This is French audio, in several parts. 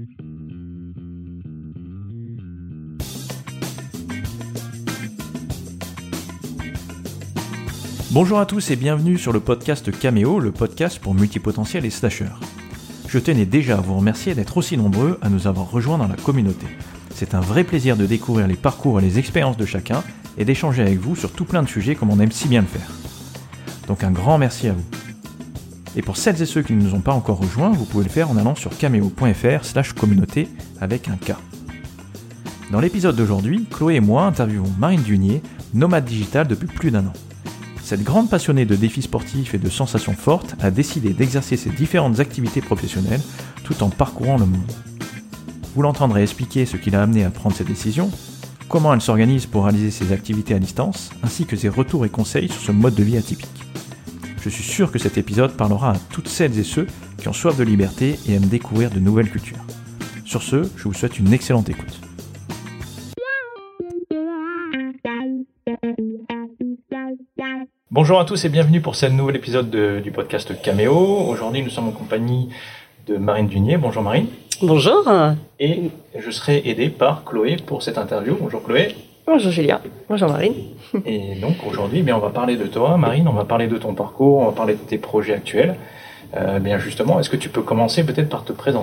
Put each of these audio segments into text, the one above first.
Bonjour à tous et bienvenue sur le podcast Caméo, le podcast pour multipotentiels et slasheurs. Je tenais déjà à vous remercier d'être aussi nombreux à nous avoir rejoints dans la communauté. C'est un vrai plaisir de découvrir les parcours et les expériences de chacun et d'échanger avec vous sur tout plein de sujets comme on aime si bien le faire. Donc un grand merci à vous. Et pour celles et ceux qui ne nous ont pas encore rejoints, vous pouvez le faire en allant sur cameo.fr/communauté avec un K. Dans l'épisode d'aujourd'hui, Chloé et moi interviewons Marine Dunier, nomade digitale depuis plus d'1 an. Cette grande passionnée de défis sportifs et de sensations fortes a décidé d'exercer ses différentes activités professionnelles tout en parcourant le monde. Vous l'entendrez expliquer ce qui l'a amené à prendre cette décision, comment elle s'organise pour réaliser ses activités à distance, ainsi que ses retours et conseils sur ce mode de vie atypique. Je suis sûr que cet épisode parlera à toutes celles et ceux qui ont soif de liberté et aiment découvrir de nouvelles cultures. Sur ce, je vous souhaite une excellente écoute. Bonjour à tous et bienvenue pour ce nouvel épisode du podcast Caméo. Aujourd'hui, nous sommes en compagnie de Marine Dunier. Bonjour Marine. Bonjour. Et je serai aidé par Chloé pour cette interview. Bonjour Chloé. Bonjour Julia. Bonjour Marine. Et donc aujourd'hui, on va parler de toi Marine, on va parler de ton parcours, on va parler de tes projets actuels. Justement, est-ce que tu peux commencer peut-être par te présenter ?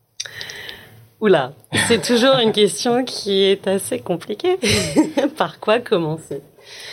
Oula, c'est toujours une question qui est assez compliquée. Par quoi commencer ?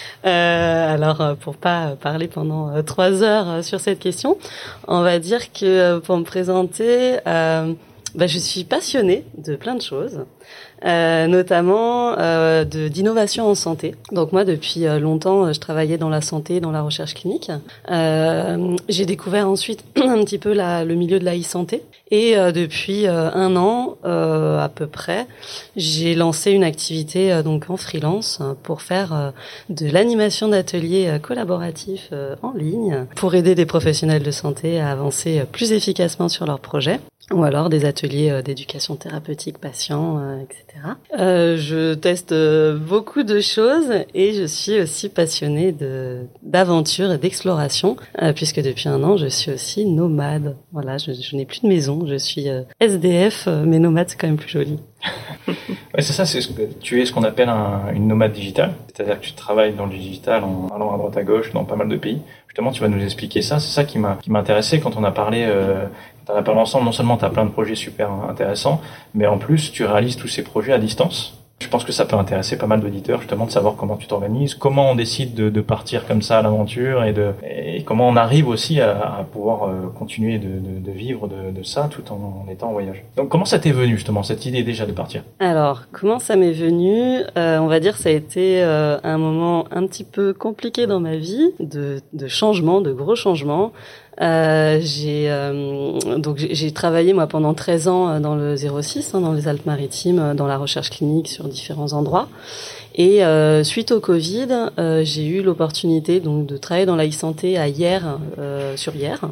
Alors, pour pas parler pendant 3 heures sur cette question, on va dire que pour me présenter, je suis passionnée de plein de choses, notamment d'innovation en santé. Donc moi, depuis longtemps, je travaillais dans la santé, dans la recherche clinique. J'ai découvert ensuite un petit peu le milieu de la e-santé. Et depuis 1 an à peu près, j'ai lancé une activité donc en freelance pour faire de l'animation d'ateliers collaboratifs en ligne pour aider des professionnels de santé à avancer plus efficacement sur leurs projets. Ou alors des ateliers d'éducation thérapeutique patients, etc. Je teste beaucoup de choses et je suis aussi passionnée d'aventure et d'exploration, puisque depuis 1 an, je suis aussi nomade. Voilà, je n'ai plus de maison, je suis SDF, mais nomade, c'est quand même plus joli. Ouais, c'est ça, tu es ce qu'on appelle une nomade digitale, c'est-à-dire que tu travailles dans le digital en allant à droite à gauche dans pas mal de pays. Justement, tu vas nous expliquer ça, c'est ça qui m'a intéressé quand on a parlé ensemble. Non seulement tu as plein de projets super intéressants, mais en plus tu réalises tous ces projets à distance. Je pense que ça peut intéresser pas mal d'auditeurs justement de savoir comment tu t'organises, comment on décide de partir comme ça à l'aventure et comment on arrive aussi à pouvoir continuer de vivre de ça tout en étant en voyage. Donc comment ça t'est venu justement cette idée déjà de partir ? Alors comment ça m'est venu ? On va dire ça a été un moment un petit peu compliqué dans ma vie, de changements, de gros changements. J'ai travaillé moi pendant 13 ans dans le 06, dans les Alpes-Maritimes, dans la recherche clinique sur différents endroits. Et suite au Covid, j'ai eu l'opportunité donc de travailler dans la e-santé à Hyères, sur Hyères.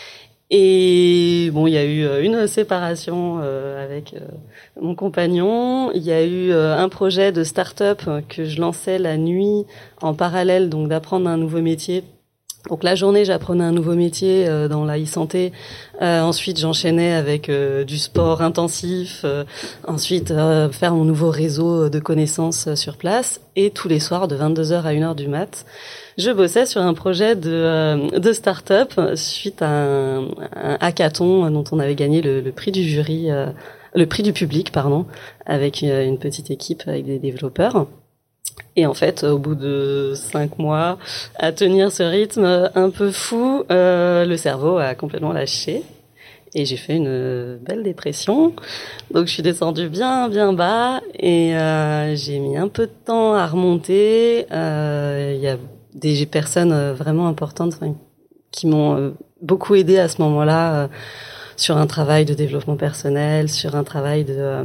Et bon, il y a eu une séparation avec mon compagnon. Il y a eu un projet de start-up que je lançais la nuit en parallèle, donc d'apprendre un nouveau métier. Donc la journée, j'apprenais un nouveau métier dans la e-santé. Ensuite, j'enchaînais avec du sport intensif. Ensuite, faire mon nouveau réseau de connaissances sur place. Et tous les soirs, de 22h à 1h du mat, je bossais sur un projet de start-up suite à un hackathon dont on avait gagné le prix du jury, le prix du public, avec une petite équipe avec des développeurs. Et en fait, au bout de 5 mois, à tenir ce rythme un peu fou, le cerveau a complètement lâché. Et j'ai fait une belle dépression. Donc je suis descendue bien bas et j'ai mis un peu de temps à remonter. Il y a des personnes vraiment importantes qui m'ont beaucoup aidée à ce moment-là sur un travail de développement personnel, sur un travail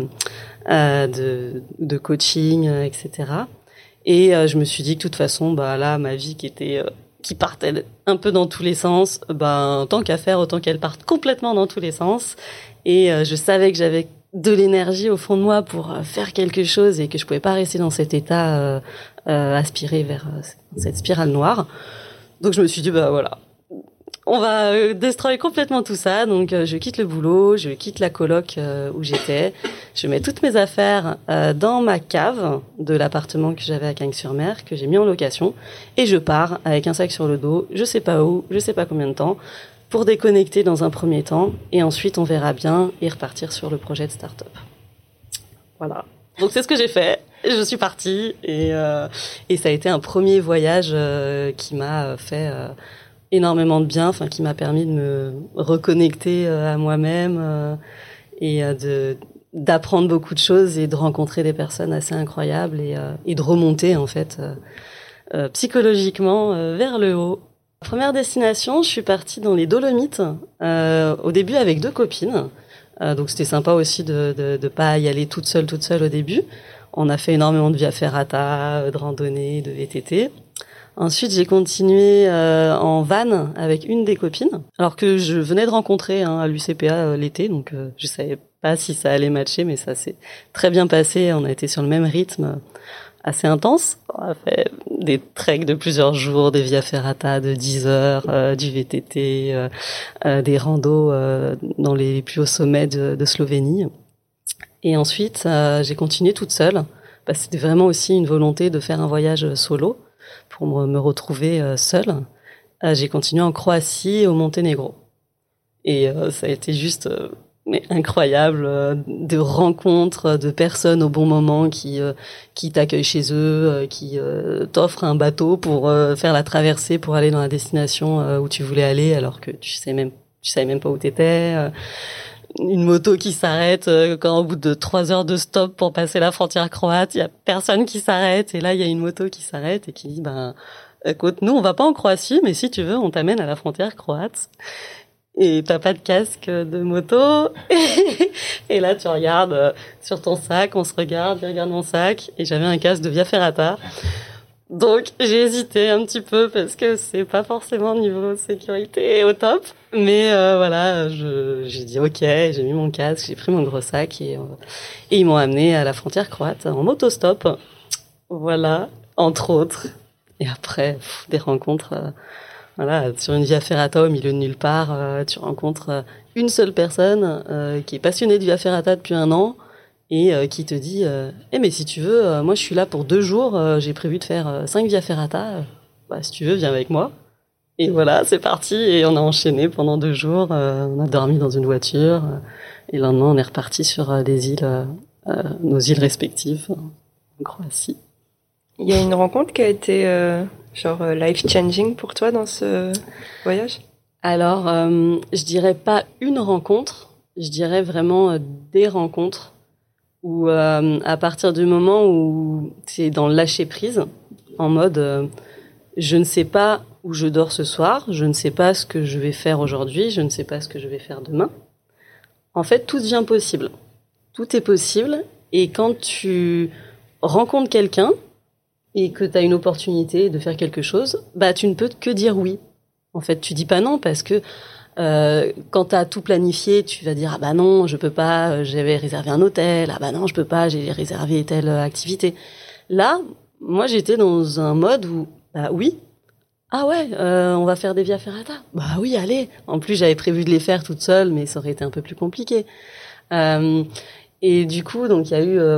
de coaching, etc. Et je me suis dit que de toute façon, là, ma vie qui partait un peu dans tous les sens, tant qu'à faire, autant qu'elle parte complètement dans tous les sens. Et je savais que j'avais de l'énergie au fond de moi pour faire quelque chose et que je pouvais pas rester dans cet état aspiré vers cette spirale noire. Donc je me suis dit, voilà, on va destroy complètement tout ça. Donc, je quitte le boulot, je quitte la coloc où j'étais. Je mets toutes mes affaires dans ma cave de l'appartement que j'avais à Cagnes-sur-Mer, que j'ai mis en location. Et je pars avec un sac sur le dos, je sais pas où, je sais pas combien de temps, pour déconnecter dans un premier temps. Et ensuite, on verra bien et repartir sur le projet de start-up. Voilà. Donc, c'est ce que j'ai fait. Je suis partie et ça a été un premier voyage qui m'a fait énormément de bien, enfin qui m'a permis de me reconnecter à moi-même et d'apprendre beaucoup de choses et de rencontrer des personnes assez incroyables et de remonter en fait psychologiquement vers le haut. Première destination, je suis partie dans les Dolomites au début avec 2 copines. Donc c'était sympa aussi de pas y aller toute seule au début. On a fait énormément de via ferrata, de randonnées, de VTT. Ensuite, j'ai continué en van avec une des copines, alors que je venais de rencontrer à l'UCPA l'été, donc je savais pas si ça allait matcher, mais ça s'est très bien passé. On a été sur le même rythme assez intense. On a fait des treks de plusieurs jours, des via ferrata de 10 heures, du VTT, des randos dans les plus hauts sommets de Slovénie. Et ensuite, j'ai continué toute seule, parce que c'était vraiment aussi une volonté de faire un voyage solo pour me retrouver seule. J'ai continué en Croatie, au Monténégro. Et ça a été juste mais incroyable, de rencontres de personnes au bon moment qui t'accueillent chez eux, qui t'offrent un bateau pour faire la traversée pour aller dans la destination où tu voulais aller, alors que tu savais même pas où t'étais. Une moto qui s'arrête quand au bout de 3 heures de stop pour passer la frontière croate, il y a personne qui s'arrête et là il y a une moto qui s'arrête et qui dit écoute, nous on va pas en Croatie mais si tu veux on t'amène à la frontière croate et t'as pas de casque de moto et là tu regardes sur ton sac, on se regarde, il regarde mon sac et j'avais un casque de Via Ferrata. Donc j'ai hésité un petit peu parce que c'est pas forcément niveau sécurité au top, mais voilà, j'ai dit ok, j'ai mis mon casque, j'ai pris mon gros sac et ils m'ont amené à la frontière croate en autostop, voilà, entre autres. Et après des rencontres, voilà, sur une via ferrata au milieu de nulle part, tu rencontres une seule personne qui est passionnée de via ferrata depuis 1 an. Et qui te dit mais si tu veux moi je suis là pour 2 jours, j'ai prévu de faire 5 via ferrata, si tu veux viens avec moi. Et voilà, c'est parti et on a enchaîné pendant 2 jours, on a dormi dans une voiture et le lendemain on est reparti sur des îles, nos îles respectives en Croatie. Il y a une rencontre qui a été life changing pour toi dans ce voyage? Alors je dirais pas une rencontre, je dirais vraiment des rencontres. Où à partir du moment où tu es dans le lâcher prise, en mode je ne sais pas où je dors ce soir, je ne sais pas ce que je vais faire aujourd'hui, je ne sais pas ce que je vais faire demain. En fait, tout devient possible. Tout est possible et quand tu rencontres quelqu'un et que tu as une opportunité de faire quelque chose, tu ne peux que dire oui. En fait, tu dis pas non parce que quand t'as tout planifié, tu vas dire non, je peux pas, j'avais réservé un hôtel, non, je peux pas, j'ai réservé telle activité. Là, moi j'étais dans un mode où oui. Ah ouais, on va faire des via ferrata. Oui, allez. En plus, j'avais prévu de les faire toute seule, mais ça aurait été un peu plus compliqué. Et du coup, donc il y a eu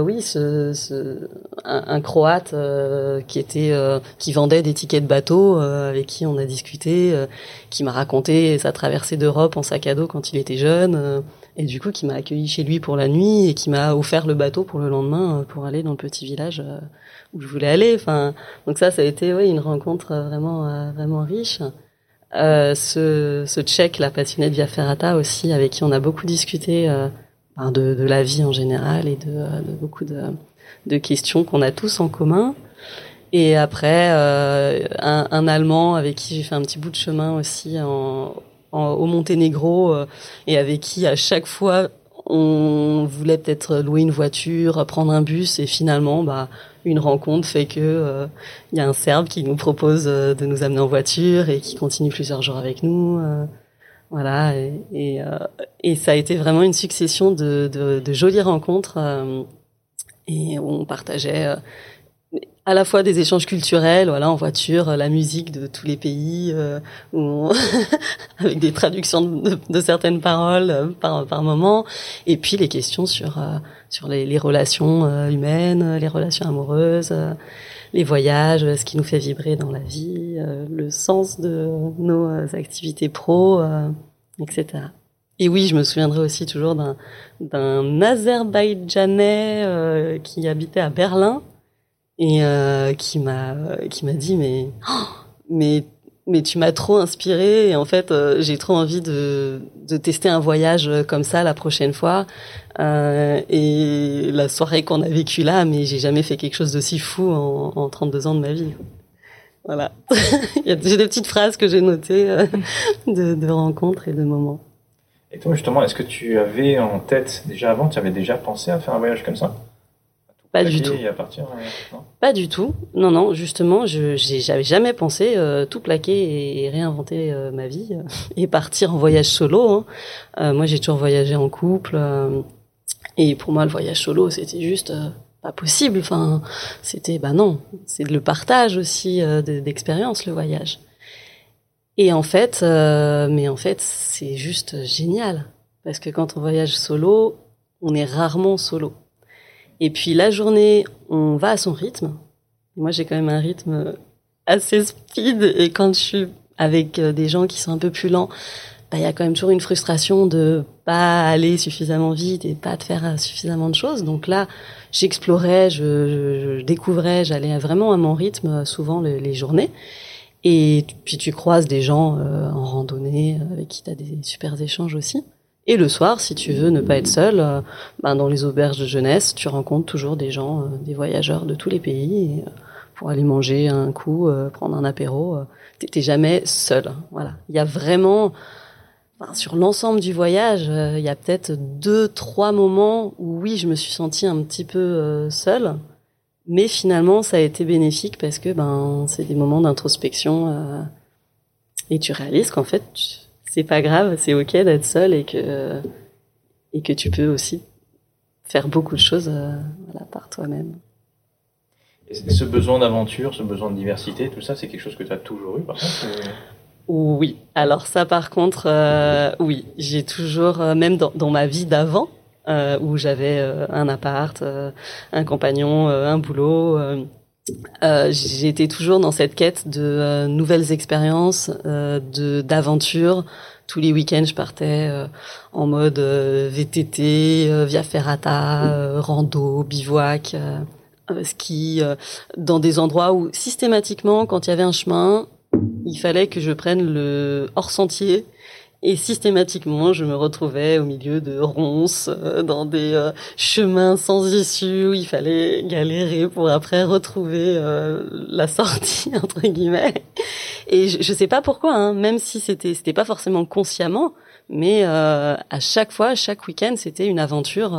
un Croate qui vendait des tickets de bateau, avec qui on a discuté, qui m'a raconté sa traversée d'Europe en sac à dos quand il était jeune, et du coup qui m'a accueilli chez lui pour la nuit et qui m'a offert le bateau pour le lendemain pour aller dans le petit village où je voulais aller. Enfin, donc ça a été une rencontre vraiment riche. Ce Tchèque, la passionné de Via Ferrata aussi, avec qui on a beaucoup discuté. De la vie en général et de beaucoup de questions qu'on a tous en commun. Et après, un Allemand avec qui j'ai fait un petit bout de chemin aussi au Monténégro et avec qui à chaque fois on voulait peut-être louer une voiture, prendre un bus et finalement une rencontre fait que y a un Serbe qui nous propose de nous amener en voiture et qui continue plusieurs jours avec nous. Voilà, et ça a été vraiment une succession de jolies rencontres et où on partageait à la fois des échanges culturels, voilà, en voiture, la musique de tous les pays, avec des traductions de certaines paroles par moment, et puis les questions sur les relations humaines, les relations amoureuses, les voyages, ce qui nous fait vibrer dans la vie, le sens de nos activités pro, etc. Et oui, je me souviendrai aussi toujours d'un Azerbaïdjanais qui habitait à Berlin et qui m'a dit mais tu m'as trop inspiré et en fait j'ai trop envie de tester un voyage comme ça la prochaine fois et la soirée qu'on a vécue là, mais j'ai jamais fait quelque chose d'aussi fou en 32 ans de ma vie. Voilà. J'ai des petites phrases que j'ai notées de rencontres et de moments. Et toi, justement, est-ce que tu avais en tête, déjà avant, tu avais déjà pensé à faire un voyage comme ça? Pas du tout. Et à partir, non? Pas du tout. Non, justement, j'avais jamais pensé tout plaquer et réinventer ma vie et partir en voyage solo. Moi, j'ai toujours voyagé en couple et pour moi, le voyage solo, c'était juste pas possible. Enfin, c'était, non, c'est le partage aussi d'expériences, le voyage. Et en fait, c'est juste génial. Parce que quand on voyage solo, on est rarement solo. Et puis la journée, on va à son rythme. Moi, j'ai quand même un rythme assez speed. Et quand je suis avec des gens qui sont un peu plus lents, il y a quand même toujours une frustration de pas aller suffisamment vite et pas de faire suffisamment de choses. Donc là, j'explorais, je découvrais, j'allais vraiment à mon rythme souvent les journées. Et puis tu croises des gens en randonnée avec qui tu as des super échanges aussi. Et le soir, si tu veux ne pas être seul, dans les auberges de jeunesse, tu rencontres toujours des gens, des voyageurs de tous les pays, et, pour aller manger un coup, prendre un apéro. T'es jamais seul. Voilà. Il y a vraiment, sur l'ensemble du voyage, il y a peut-être 2-3 moments où oui, je me suis sentie un petit peu seule. Mais finalement, ça a été bénéfique parce que c'est des moments d'introspection et tu réalises qu'en fait, c'est pas grave, c'est ok d'être seul et que tu peux aussi faire beaucoup de choses par toi-même. Et ce besoin d'aventure, ce besoin de diversité, tout ça, c'est quelque chose que tu as toujours eu, par contre Oui. Alors ça, par contre, oui, j'ai toujours, même dans ma vie d'avant, où j'avais un appart, un compagnon, un boulot. J'étais toujours dans cette quête de nouvelles expériences, d'aventures. Tous les week-ends, je partais en mode VTT, via ferrata, rando, bivouac, ski, dans des endroits où systématiquement, quand il y avait un chemin, il fallait que je prenne le hors-sentier. Et systématiquement, je me retrouvais au milieu de ronces, dans des chemins sans issue où il fallait galérer pour après retrouver la sortie entre guillemets. Et je sais pas pourquoi, même si c'était pas forcément consciemment, mais à chaque fois, chaque week-end, c'était une aventure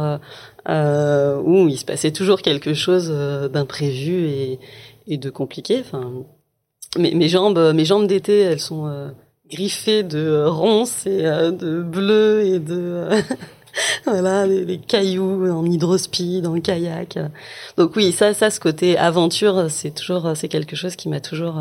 où il se passait toujours quelque chose d'imprévu et de compliqué. Enfin, mes jambes d'été, elles sont griffé de ronces et de bleus et de voilà les cailloux en hydrospeed, en kayak. Donc oui, ça ce côté aventure, c'est quelque chose qui m'a toujours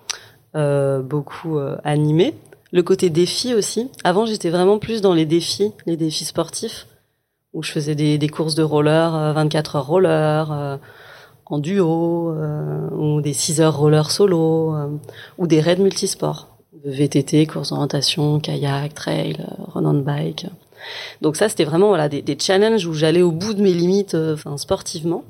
beaucoup animé. Le côté défi aussi. Avant, j'étais vraiment plus dans les défis sportifs où je faisais des courses de roller, 24 heures roller, en duo, ou des 6 heures roller solo, ou des raids multisports. VTT, course d'orientation, kayak, trail, run on bike. Donc ça, c'était vraiment des challenges où j'allais au bout de mes limites, sportivement.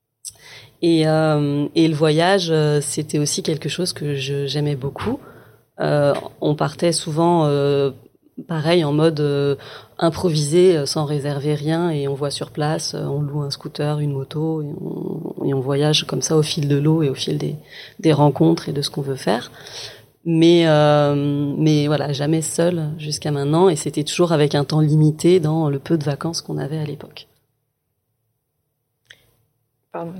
Et le voyage, c'était aussi quelque chose que j'aimais beaucoup. On partait souvent, pareil, en mode improvisé, sans réserver rien, et on voit sur place, on loue un scooter, une moto, et on voyage comme ça au fil de l'eau et au fil des rencontres et de ce qu'on veut faire. Mais voilà, jamais seul jusqu'à maintenant, et c'était toujours avec un temps limité dans le peu de vacances qu'on avait à l'époque. Pardon.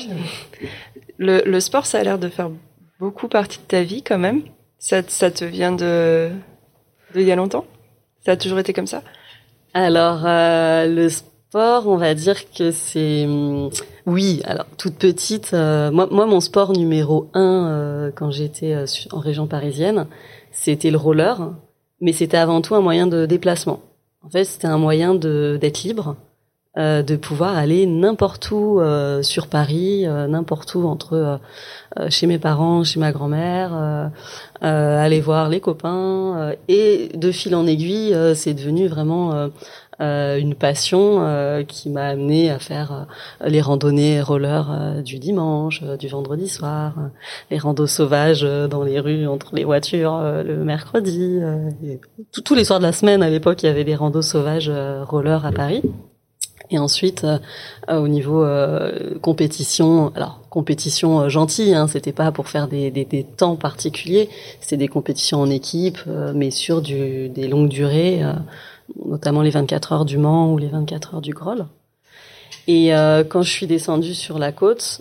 Le sport, ça a l'air de faire beaucoup partie de ta vie quand même. Ça te vient il y a longtemps? Ça a toujours été comme ça? Alors, le sport, on va dire que c'est... Oui, alors toute petite, moi mon sport numéro 1 quand j'étais en région parisienne, c'était le roller, mais c'était avant tout un moyen de déplacement. En fait, c'était un moyen d'être libre, de pouvoir aller n'importe où sur Paris, n'importe où entre chez mes parents, chez ma grand-mère, aller voir les copains, et de fil en aiguille, c'est devenu vraiment une passion qui m'a amené à faire les randonnées roller du dimanche, du vendredi soir, les randos sauvages dans les rues entre les voitures le mercredi. Et tous les soirs de la semaine, à l'époque, il y avait des randos sauvages roller à Paris. Et ensuite, au niveau compétition, alors compétition gentille, hein, c'était pas pour faire des temps particuliers, c'était des compétitions en équipe, mais sur des longues durées, notamment les 24 heures du Mans ou les 24 heures du Groll. Et quand je suis descendue sur la côte,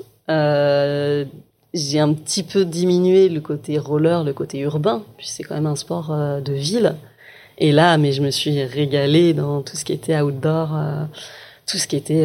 j'ai un petit peu diminué le côté roller, le côté urbain, puis c'est quand même un sport de ville. Et là, mais je me suis régalée dans tout ce qui était outdoor, tout ce qui était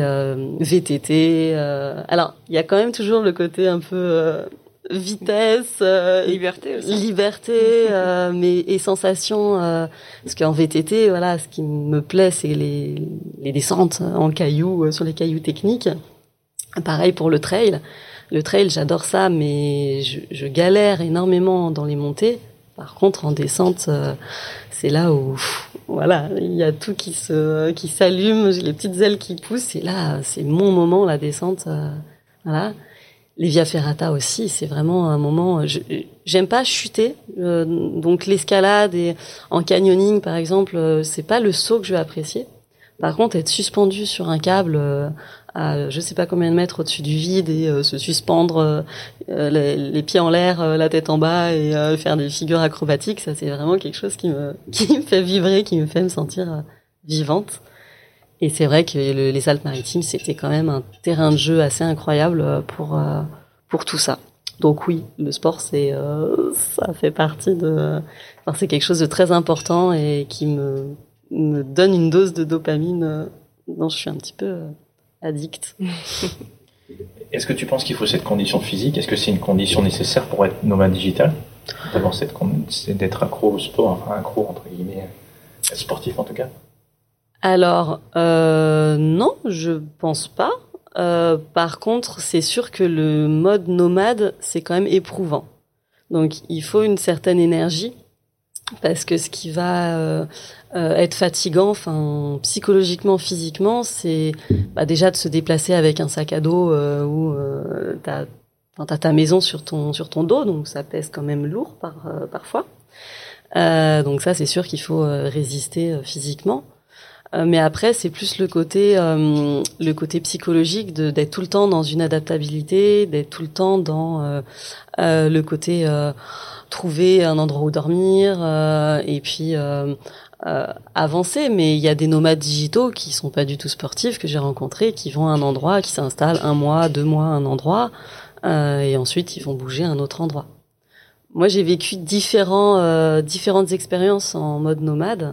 VTT. Alors, il y a quand même toujours le côté un peu vitesse, liberté aussi. Liberté, mais et sensations. Parce qu'en VTT, voilà, ce qui me plaît, c'est les descentes en cailloux, sur les cailloux techniques. Pareil pour le trail. Le trail, j'adore ça, mais je galère énormément dans les montées. Par contre, en descente, c'est là où, voilà, il y a tout qui s'allume, j'ai les petites ailes qui poussent, et là, c'est mon moment, la descente, voilà. Les via ferrata aussi, c'est vraiment un moment, j'aime pas chuter, donc l'escalade et en canyoning, par exemple, c'est pas le saut que je vais apprécier. Par contre, être suspendu sur un câble, à je sais pas combien de mètres au-dessus du vide et se suspendre les pieds en l'air, la tête en bas et faire des figures acrobatiques, ça c'est vraiment quelque chose qui me fait vibrer, qui me fait me sentir vivante. Et c'est vrai que les Alpes-Maritimes, c'était quand même un terrain de jeu assez incroyable pour tout ça. Donc oui, le sport, ça fait partie c'est quelque chose de très important et qui me donne une dose de dopamine dont je suis un petit peu addict. Est-ce que tu penses qu'il faut cette condition physique? Est-ce que c'est une condition nécessaire pour être nomade digital? D'avoir d'être accro au sport, enfin accro entre guillemets, sportif en tout cas? Alors, non, je pense pas. Par contre, c'est sûr que le mode nomade, c'est quand même éprouvant. Donc, il faut une certaine énergie. Parce que ce qui va être fatigant, enfin psychologiquement, physiquement, c'est déjà de se déplacer avec un sac à dos où t'as ta maison sur ton dos, donc ça pèse quand même lourd parfois. Donc ça, c'est sûr qu'il faut résister physiquement. Mais après, c'est plus le côté psychologique d'être tout le temps dans une adaptabilité, d'être tout le temps dans le côté trouver un endroit où dormir et puis avancer. Mais il y a des nomades digitaux qui sont pas du tout sportifs que j'ai rencontrés, qui vont à un endroit, qui s'installent 1 mois, 2 mois à un endroit et ensuite ils vont bouger à un autre endroit. Moi, j'ai vécu différentes expériences en mode nomade.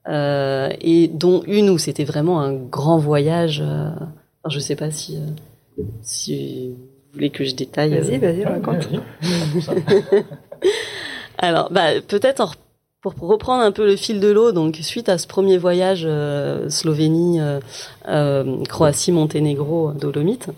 Et dont une où c'était vraiment un grand voyage. Alors je sais pas si vous voulez que je détaille. Vas-y, raconte. Alors, peut-être pour reprendre un peu le fil de l'eau. Donc, suite à ce premier voyage Slovénie, Croatie, Monténégro, Dolomites,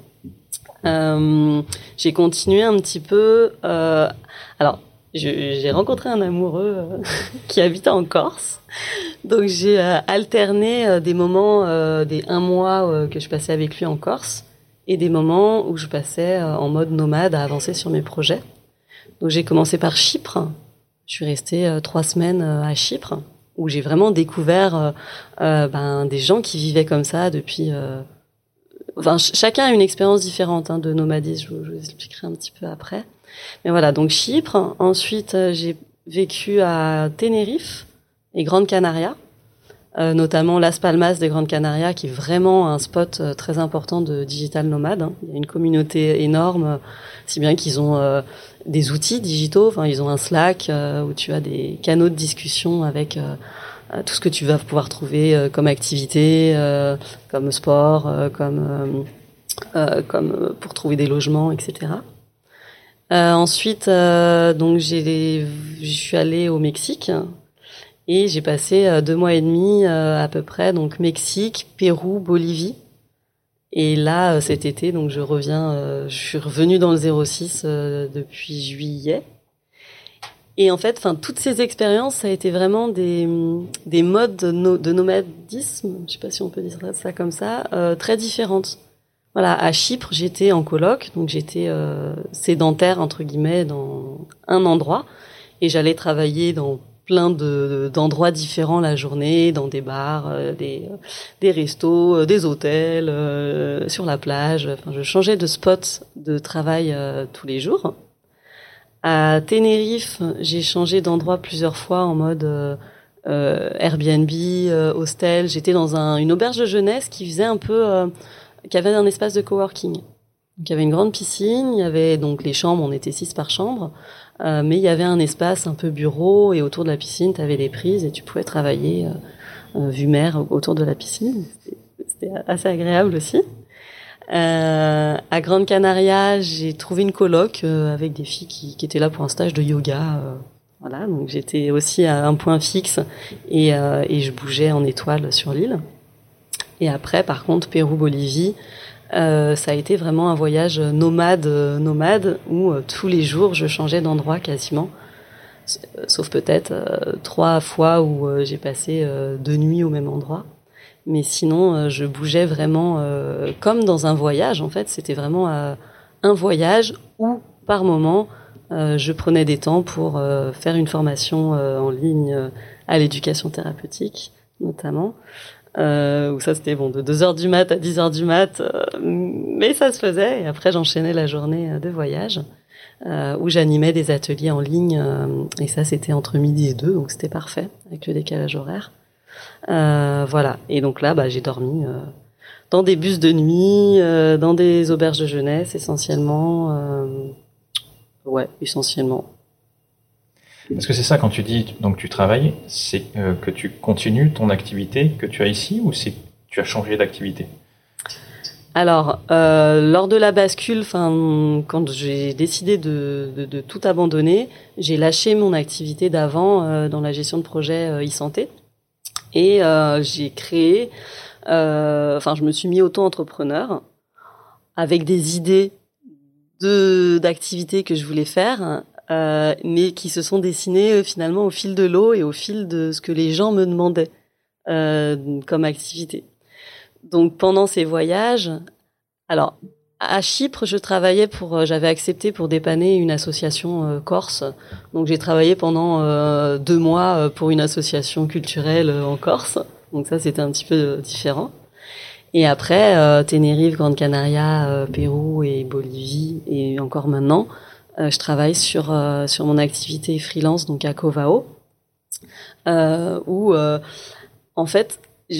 j'ai continué un petit peu. Alors, j'ai rencontré un amoureux qui habitait en Corse. Donc j'ai alterné des moments, des 1 mois que je passais avec lui en Corse et des moments où je passais en mode nomade à avancer sur mes projets. Donc j'ai commencé par Chypre. Je suis restée 3 semaines à Chypre où j'ai vraiment découvert des gens qui vivaient comme ça depuis... chacun a une expérience différente de nomadisme, je vous expliquerai un petit peu après. Mais voilà, donc Chypre. Ensuite, j'ai vécu à Tenerife et Grande Canaria, notamment Las Palmas de Grande Canaria, qui est vraiment un spot très important de digital nomade. Il y a une communauté énorme, si bien qu'ils ont des outils digitaux. Enfin, ils ont un Slack où tu as des canaux de discussion avec tout ce que tu vas pouvoir trouver comme activité, comme sport, comme pour trouver des logements, etc. Ensuite, donc je suis allée au Mexique et j'ai passé 2 mois et demi à peu près, donc Mexique, Pérou, Bolivie. Et là, cet été, donc je suis revenue dans le 06 depuis juillet. Et en fait, toutes ces expériences, ça a été vraiment des modes de nomadisme, je sais pas si on peut dire ça comme ça, très différentes. Voilà, à Chypre, j'étais en coloc, donc j'étais sédentaire entre guillemets dans un endroit, et j'allais travailler dans plein d'endroits différents la journée, dans des bars, des restos, des hôtels, sur la plage. Enfin, je changeais de spot de travail tous les jours. À Tenerife, j'ai changé d'endroit plusieurs fois en mode Airbnb, hostel. J'étais dans une auberge de jeunesse qui avait un espace de coworking. Donc, il y avait une grande piscine, il y avait donc les chambres, on était 6 par chambre, mais il y avait un espace un peu bureau, et autour de la piscine, tu avais des prises et tu pouvais travailler vue mer autour de la piscine. C'était assez agréable aussi. À Grande Canaria, j'ai trouvé une coloc avec des filles qui étaient là pour un stage de yoga. Voilà, donc j'étais aussi à un point fixe et je bougeais en étoile sur l'île. Et après, par contre, Pérou-Bolivie, ça a été vraiment un voyage nomade où tous les jours je changeais d'endroit quasiment, sauf peut-être 3 fois où j'ai passé 2 nuits au même endroit. Mais sinon, je bougeais vraiment comme dans un voyage. En fait, c'était vraiment un voyage où, par moment, je prenais des temps pour faire une formation en ligne à l'éducation thérapeutique, notamment. Où ça, c'était de 2h du mat à 10h du mat, mais ça se faisait. Et après, j'enchaînais la journée de voyage, où j'animais des ateliers en ligne. Et ça, c'était entre midi et 2, donc c'était parfait, avec le décalage horaire. Voilà. Et donc là, j'ai dormi dans des bus de nuit, dans des auberges de jeunesse, essentiellement. Essentiellement. Est-ce que c'est ça quand tu dis donc tu travailles, c'est que tu continues ton activité que tu as ici, ou c'est tu as changé d'activité? Alors, lors de la bascule, quand j'ai décidé de tout abandonner, j'ai lâché mon activité d'avant dans la gestion de projet e-santé. Et j'ai créé, je me suis mis auto-entrepreneur avec des idées d'activités que je voulais faire, mais qui se sont dessinées finalement au fil de l'eau et au fil de ce que les gens me demandaient comme activité. Donc pendant ces voyages, alors à Chypre, j'avais accepté pour dépanner une association corse. Donc j'ai travaillé pendant 2 mois pour une association culturelle en Corse. Donc ça, c'était un petit peu différent. Et après, Tenerife, Grande Canaria, Pérou et Bolivie, et encore maintenant, je travaille sur mon activité freelance, donc à Covao, où en fait,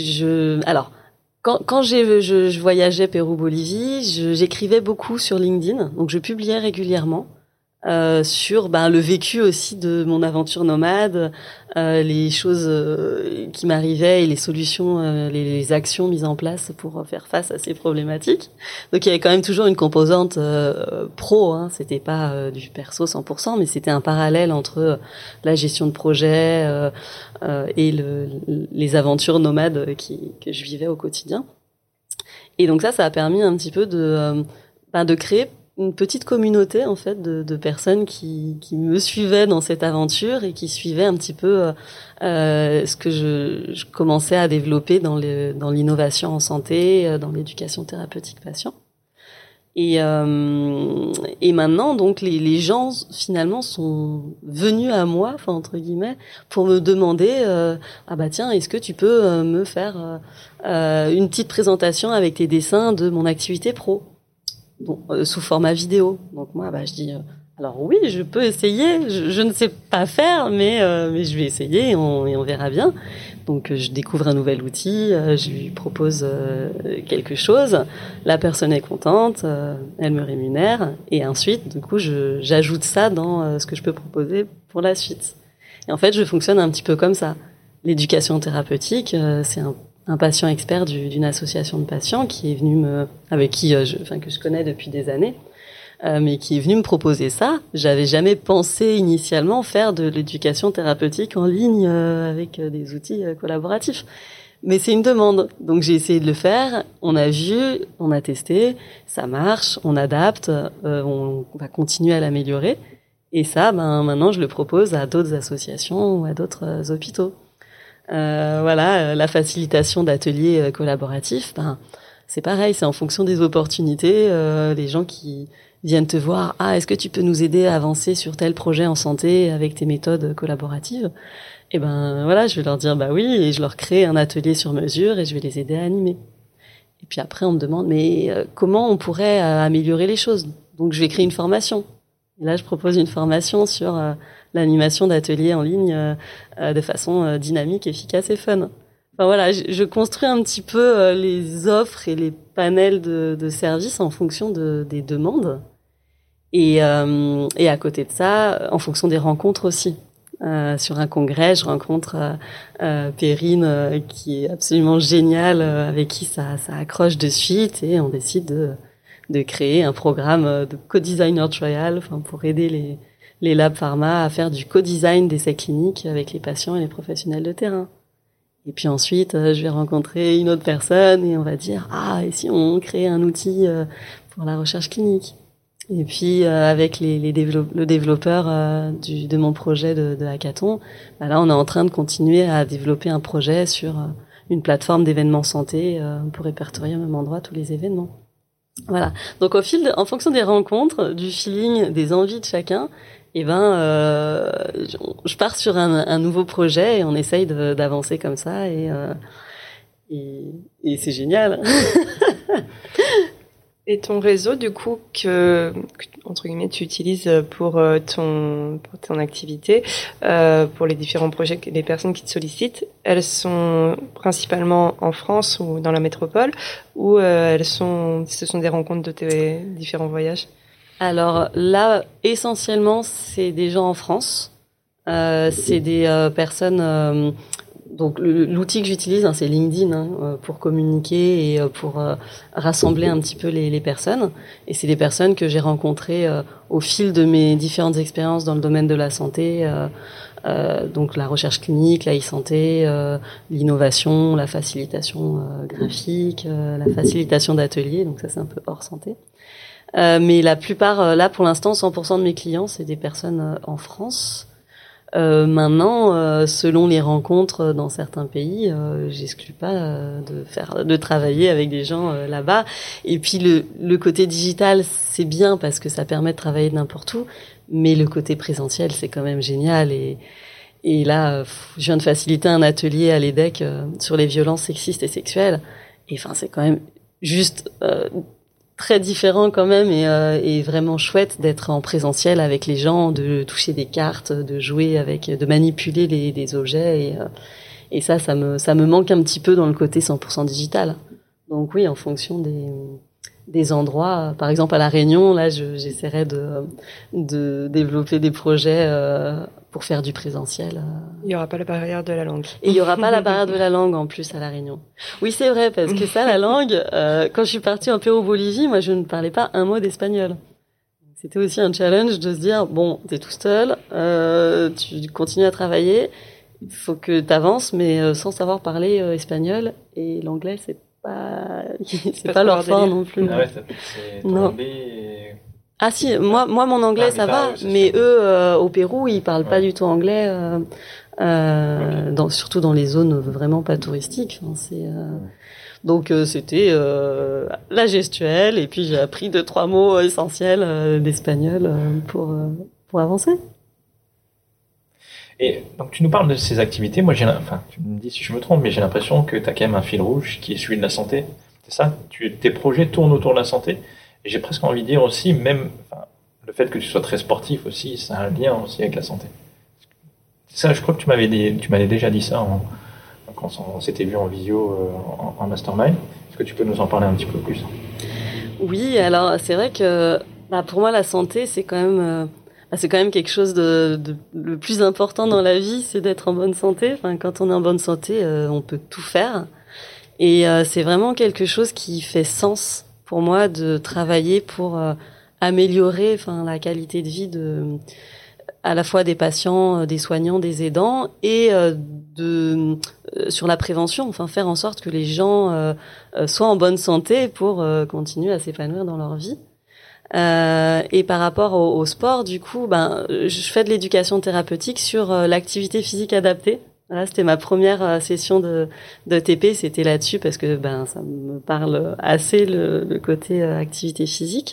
Quand je voyageais Pérou-Bolivie, j'écrivais beaucoup sur LinkedIn, donc je publiais régulièrement sur le vécu aussi de mon aventure nomade, les choses qui m'arrivaient et les solutions, les actions mises en place pour faire face à ces problématiques. Donc il y avait quand même toujours une composante pro, c'était pas du perso 100%, mais c'était un parallèle entre la gestion de projet et les aventures nomades que je vivais au quotidien. Et donc ça a permis un petit peu de créer une petite communauté en fait de personnes qui me suivaient dans cette aventure et qui suivaient un petit peu ce que je commençais à développer dans l'innovation en santé, dans l'éducation thérapeutique patient. Et maintenant donc les gens finalement sont venus à moi, entre guillemets, pour me demander tiens, est-ce que tu peux me faire une petite présentation avec tes dessins de mon activité pro, sous format vidéo. Donc moi je dis alors oui, je peux essayer, je ne sais pas faire, mais je vais essayer et on verra bien. Donc je découvre un nouvel outil, je lui propose quelque chose, la personne est contente, elle me rémunère, et ensuite du coup j'ajoute ça dans ce que je peux proposer pour la suite. Et en fait je fonctionne un petit peu comme ça. l'éducation thérapeutique, c'est un patient expert d'une association de patients qui est venu avec qui que je connais depuis des années, mais qui est venu me proposer ça. J'avais jamais pensé initialement faire de l'éducation thérapeutique en ligne avec des outils collaboratifs. Mais c'est une demande. Donc j'ai essayé de le faire, on a vu, on a testé, ça marche, on adapte, on va continuer à l'améliorer. Et ça, maintenant je le propose à d'autres associations ou à d'autres hôpitaux. La facilitation d'ateliers collaboratifs, c'est pareil, c'est en fonction des opportunités, les gens qui viennent te voir, est-ce que tu peux nous aider à avancer sur tel projet en santé avec tes méthodes collaboratives? Et je vais leur dire oui, et je leur crée un atelier sur mesure et je vais les aider à animer. Et puis après on me demande comment on pourrait améliorer les choses. Donc je vais créer une formation. Et là je propose une formation sur l'animation d'ateliers en ligne de façon dynamique, efficace et fun. Je construis un petit peu les offres et les panels de services en fonction des demandes. Et à côté de ça, en fonction des rencontres aussi. Sur un congrès, je rencontre Perrine qui est absolument géniale, avec qui ça accroche de suite, et on décide de créer un programme de co-designer trial, pour aider les labs pharma à faire du co-design d'essais cliniques avec les patients et les professionnels de terrain. Et puis ensuite, je vais rencontrer une autre personne et on va dire et si on crée un outil pour la recherche clinique. Et puis avec le développeur de mon projet de hackathon, là on est en train de continuer à développer un projet sur une plateforme d'événements santé pour répertorier au même endroit tous les événements. Voilà. Donc en fonction des rencontres, du feeling, des envies de chacun, je pars sur un nouveau projet et on essaye d'avancer comme ça et c'est génial. Et ton réseau, du coup, que entre guillemets tu utilises pour ton activité, pour les différents projets, les personnes qui te sollicitent, elles sont principalement en France ou dans la métropole, ou ce sont des rencontres de tes différents voyages? Alors là, essentiellement, c'est des gens en France. C'est des personnes. Donc l'outil que j'utilise, c'est LinkedIn pour communiquer et pour rassembler un petit peu les personnes. Et c'est des personnes que j'ai rencontrées au fil de mes différentes expériences dans le domaine de la santé, donc la recherche clinique, la e-santé, l'innovation, la facilitation graphique, la facilitation d'ateliers. Donc ça, c'est un peu hors santé. Mais la plupart, là pour l'instant, 100% de mes clients, c'est des personnes en France. Maintenant, selon les rencontres dans certains pays, j'exclus pas de travailler avec des gens là-bas. Et puis le côté digital, c'est bien parce que ça permet de travailler de n'importe où, mais le côté présentiel, c'est quand même génial. Et là, je viens de faciliter un atelier à l'EDEC sur les violences sexistes et sexuelles. Et c'est quand même juste très différent quand même et vraiment chouette d'être en présentiel avec les gens, de toucher des cartes, de jouer de manipuler des objets et ça me manque un petit peu dans le côté 100% digital. Donc oui, en fonction des endroits, par exemple à La Réunion, là j'essaierai de développer des projets pour faire du présentiel. Il n'y aura pas la barrière de la langue. Et il n'y aura pas la barrière de la langue en plus à La Réunion. Oui, c'est vrai, parce que ça, la langue, quand je suis partie en Pérou-Bolivie, moi je ne parlais pas un mot d'espagnol. C'était aussi un challenge de se dire, t'es tout seul, tu continues à travailler, il faut que tu avances, mais sans savoir parler espagnol, et l'anglais, c'est pas leur fort non plus. Ah ouais, c'est tombé. Ah si, moi mon anglais ça va, mais eux au Pérou ils parlent pas du tout anglais, surtout dans les zones vraiment pas touristiques. Donc c'était la gestuelle et puis j'ai appris 2-3 mots essentiels d'espagnol pour avancer. Et donc tu nous parles de ces activités. Moi tu me dis si je me trompe, mais j'ai l'impression que tu as quand même un fil rouge qui est celui de la santé. C'est ça? Tes projets tournent autour de la santé. Et j'ai presque envie de dire aussi, le fait que tu sois très sportif aussi, ça a un lien aussi avec la santé. Ça, je crois que tu m'avais déjà dit ça quand on s'était vu en visio en mastermind. Est-ce que tu peux nous en parler un petit peu plus? Oui, alors c'est vrai que pour moi la santé, c'est quand même c'est quand même quelque chose de le plus important dans la vie, c'est d'être en bonne santé. Enfin, quand on est en bonne santé, on peut tout faire. Et c'est vraiment quelque chose qui fait sens pour moi de travailler pour améliorer, enfin, la qualité de vie à la fois des patients, des soignants, des aidants, et sur la prévention, enfin faire en sorte que les gens soient en bonne santé pour continuer à s'épanouir dans leur vie. Et par rapport au sport, du coup, je fais de l'éducation thérapeutique sur l'activité physique adaptée. Voilà, c'était ma première session de TP, c'était là-dessus parce que ça me parle assez le côté activité physique.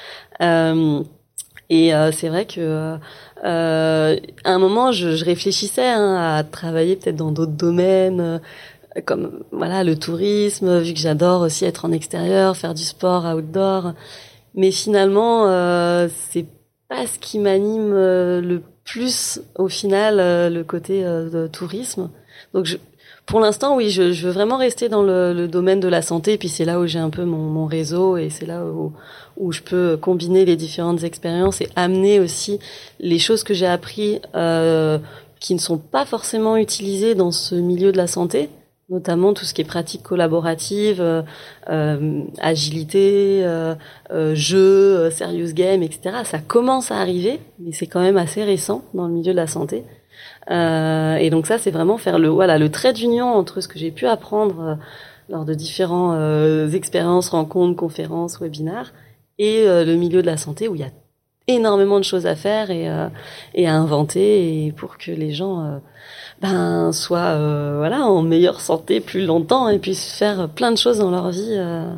Et c'est vrai que à un moment, je réfléchissais à travailler peut-être dans d'autres domaines, comme voilà le tourisme, vu que j'adore aussi être en extérieur, faire du sport outdoor. Mais finalement, c'est pas ce qui m'anime le plus au final, le côté de tourisme. Donc pour l'instant, oui, je veux vraiment rester dans le domaine de la santé. Et puis c'est là où j'ai un peu mon réseau et c'est là où je peux combiner les différentes expériences et amener aussi les choses que j'ai appris qui ne sont pas forcément utilisées dans ce milieu de la santé, notamment tout ce qui est pratique collaborative, agilité, jeux, serious game, etc. Ça commence à arriver, mais c'est quand même assez récent dans le milieu de la santé. Et donc ça, c'est vraiment faire le trait d'union entre ce que j'ai pu apprendre lors de différents expériences, rencontres, conférences, webinaires, et le milieu de la santé où il y a énormément de choses à faire et à inventer, et pour que les gens soient en meilleure santé plus longtemps et puissent faire plein de choses dans leur vie.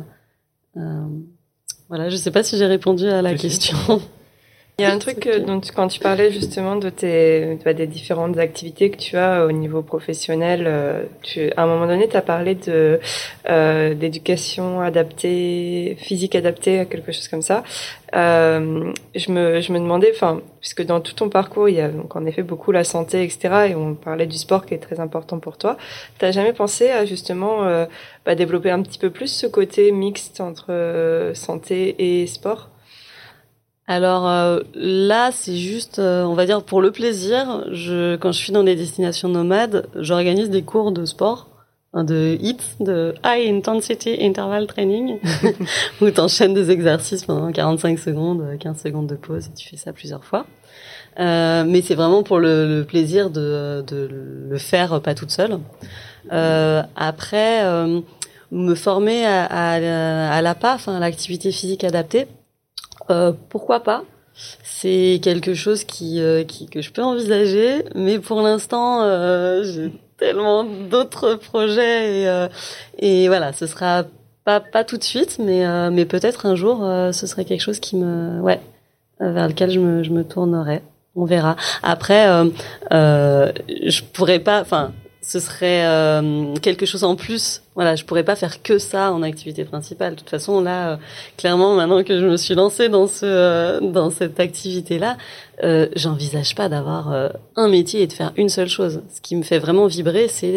Voilà, je sais pas si j'ai répondu à la question. Il y a un truc dont quand tu parlais justement de des différentes activités que tu as au niveau professionnel, à un moment donné, tu as parlé d'éducation adaptée, physique adaptée, quelque chose comme ça. Je me demandais, puisque dans tout ton parcours, il y a donc en effet beaucoup la santé, etc., et on parlait du sport qui est très important pour toi. T'as jamais pensé à justement développer un petit peu plus ce côté mixte entre santé et sport? Alors là, c'est juste, on va dire pour le plaisir. Quand je suis dans des destinations nomades, j'organise des cours de sport, de HIIT, de High Intensity Interval Training, où t'enchaînes des exercices pendant 45 secondes, 15 secondes de pause, et tu fais ça plusieurs fois. Mais c'est vraiment pour le plaisir de le faire, pas toute seule. Après, me former à l'APA, à l'activité physique adaptée. Pourquoi pas? C'est quelque chose que je peux envisager, mais pour l'instant, j'ai tellement d'autres projets et voilà, ce sera pas tout de suite, mais peut-être un jour, ce serait quelque chose vers lequel je me tournerai. On verra. Après, je pourrais pas, ce serait quelque chose en plus. Voilà, je pourrais pas faire que ça en activité principale. De toute façon, là, clairement, maintenant que je me suis lancée dans cette activité-là, j'envisage pas d'avoir un métier et de faire une seule chose. Ce qui me fait vraiment vibrer, c'est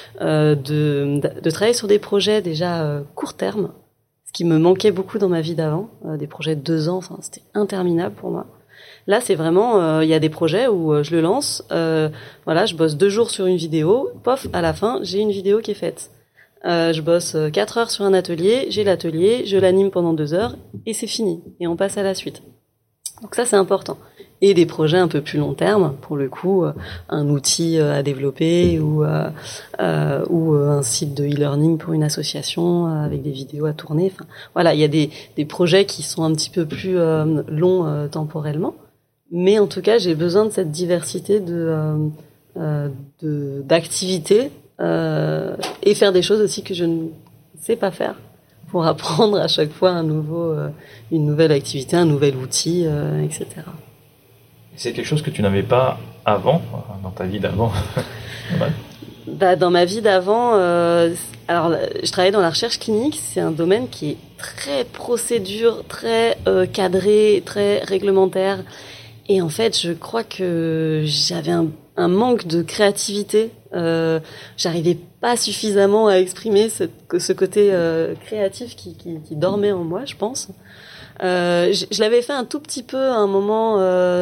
de travailler sur des projets déjà court terme, ce qui me manquait beaucoup dans ma vie d'avant. Des projets de 2 ans, c'était interminable pour moi. Là, c'est vraiment, il y a des projets où je le lance, je bosse 2 jours sur une vidéo, pof, à la fin, j'ai une vidéo qui est faite. Je bosse 4 heures sur un atelier, j'ai l'atelier, je l'anime pendant 2 heures, et c'est fini. Et on passe à la suite. Donc ça, c'est important. Et des projets un peu plus long terme, pour le coup, un outil à développer ou un site de e-learning pour une association avec des vidéos à tourner. Voilà, il y a des projets qui sont un petit peu plus longs temporellement. Mais en tout cas, j'ai besoin de cette diversité d'activités et faire des choses aussi que je ne sais pas faire pour apprendre à chaque fois une nouvelle activité, un nouvel outil, etc. C'est quelque chose que tu n'avais pas avant, dans ta vie d'avant? Dans ma vie d'avant, alors je travaillais dans la recherche clinique. C'est un domaine qui est très procédure, très cadré, très réglementaire. Et en fait, je crois que j'avais un manque de créativité. J'arrivais pas suffisamment à exprimer ce côté créatif qui dormait en moi, je pense. Je l'avais fait un tout petit peu à un moment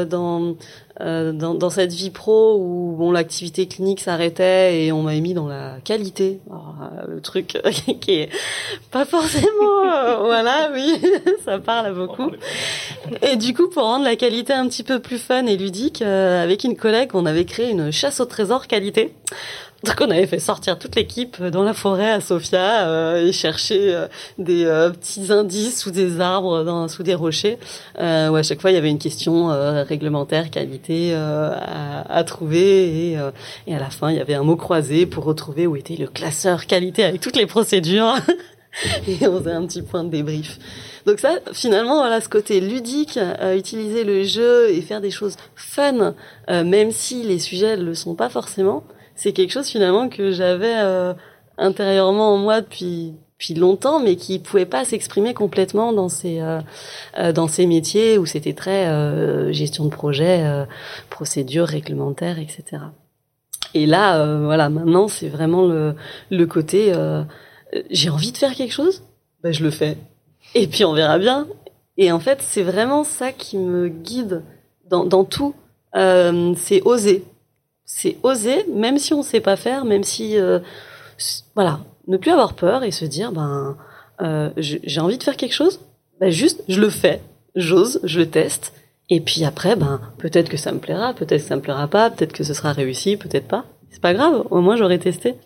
dans cette vie pro où bon l'activité clinique s'arrêtait et on m'avait mis dans la qualité. Alors, le truc qui est pas forcément voilà, oui, ça parle à beaucoup. Et du coup, pour rendre la qualité un petit peu plus fun et ludique, avec une collègue, on avait créé une chasse au trésor qualité. Donc on avait fait sortir toute l'équipe dans la forêt à Sofia et chercher des petits indices sous des arbres, sous des rochers, où à chaque fois il y avait une question réglementaire, qualité à trouver et à la fin il y avait un mot croisé pour retrouver où était le classeur qualité avec toutes les procédures et on faisait un petit point de débrief. Donc ça, finalement, voilà, ce côté ludique, utiliser le jeu et faire des choses fun, même si les sujets ne le sont pas forcément, c'est quelque chose finalement que j'avais intérieurement en moi depuis longtemps, mais qui pouvait pas s'exprimer complètement dans ces métiers où c'était très gestion de projet, procédures réglementaires, etc. Et là, voilà, maintenant c'est vraiment le côté j'ai envie de faire quelque chose, ben je le fais. Et puis on verra bien. Et en fait, c'est vraiment ça qui me guide dans tout. C'est oser. C'est oser, même si on sait pas faire, même si voilà, ne plus avoir peur et se dire j'ai envie de faire quelque chose, juste je le fais, j'ose, je le teste et puis après peut-être que ça me plaira, peut-être que ça me plaira pas, peut-être que ce sera réussi, peut-être pas. C'est pas grave, au moins j'aurais testé.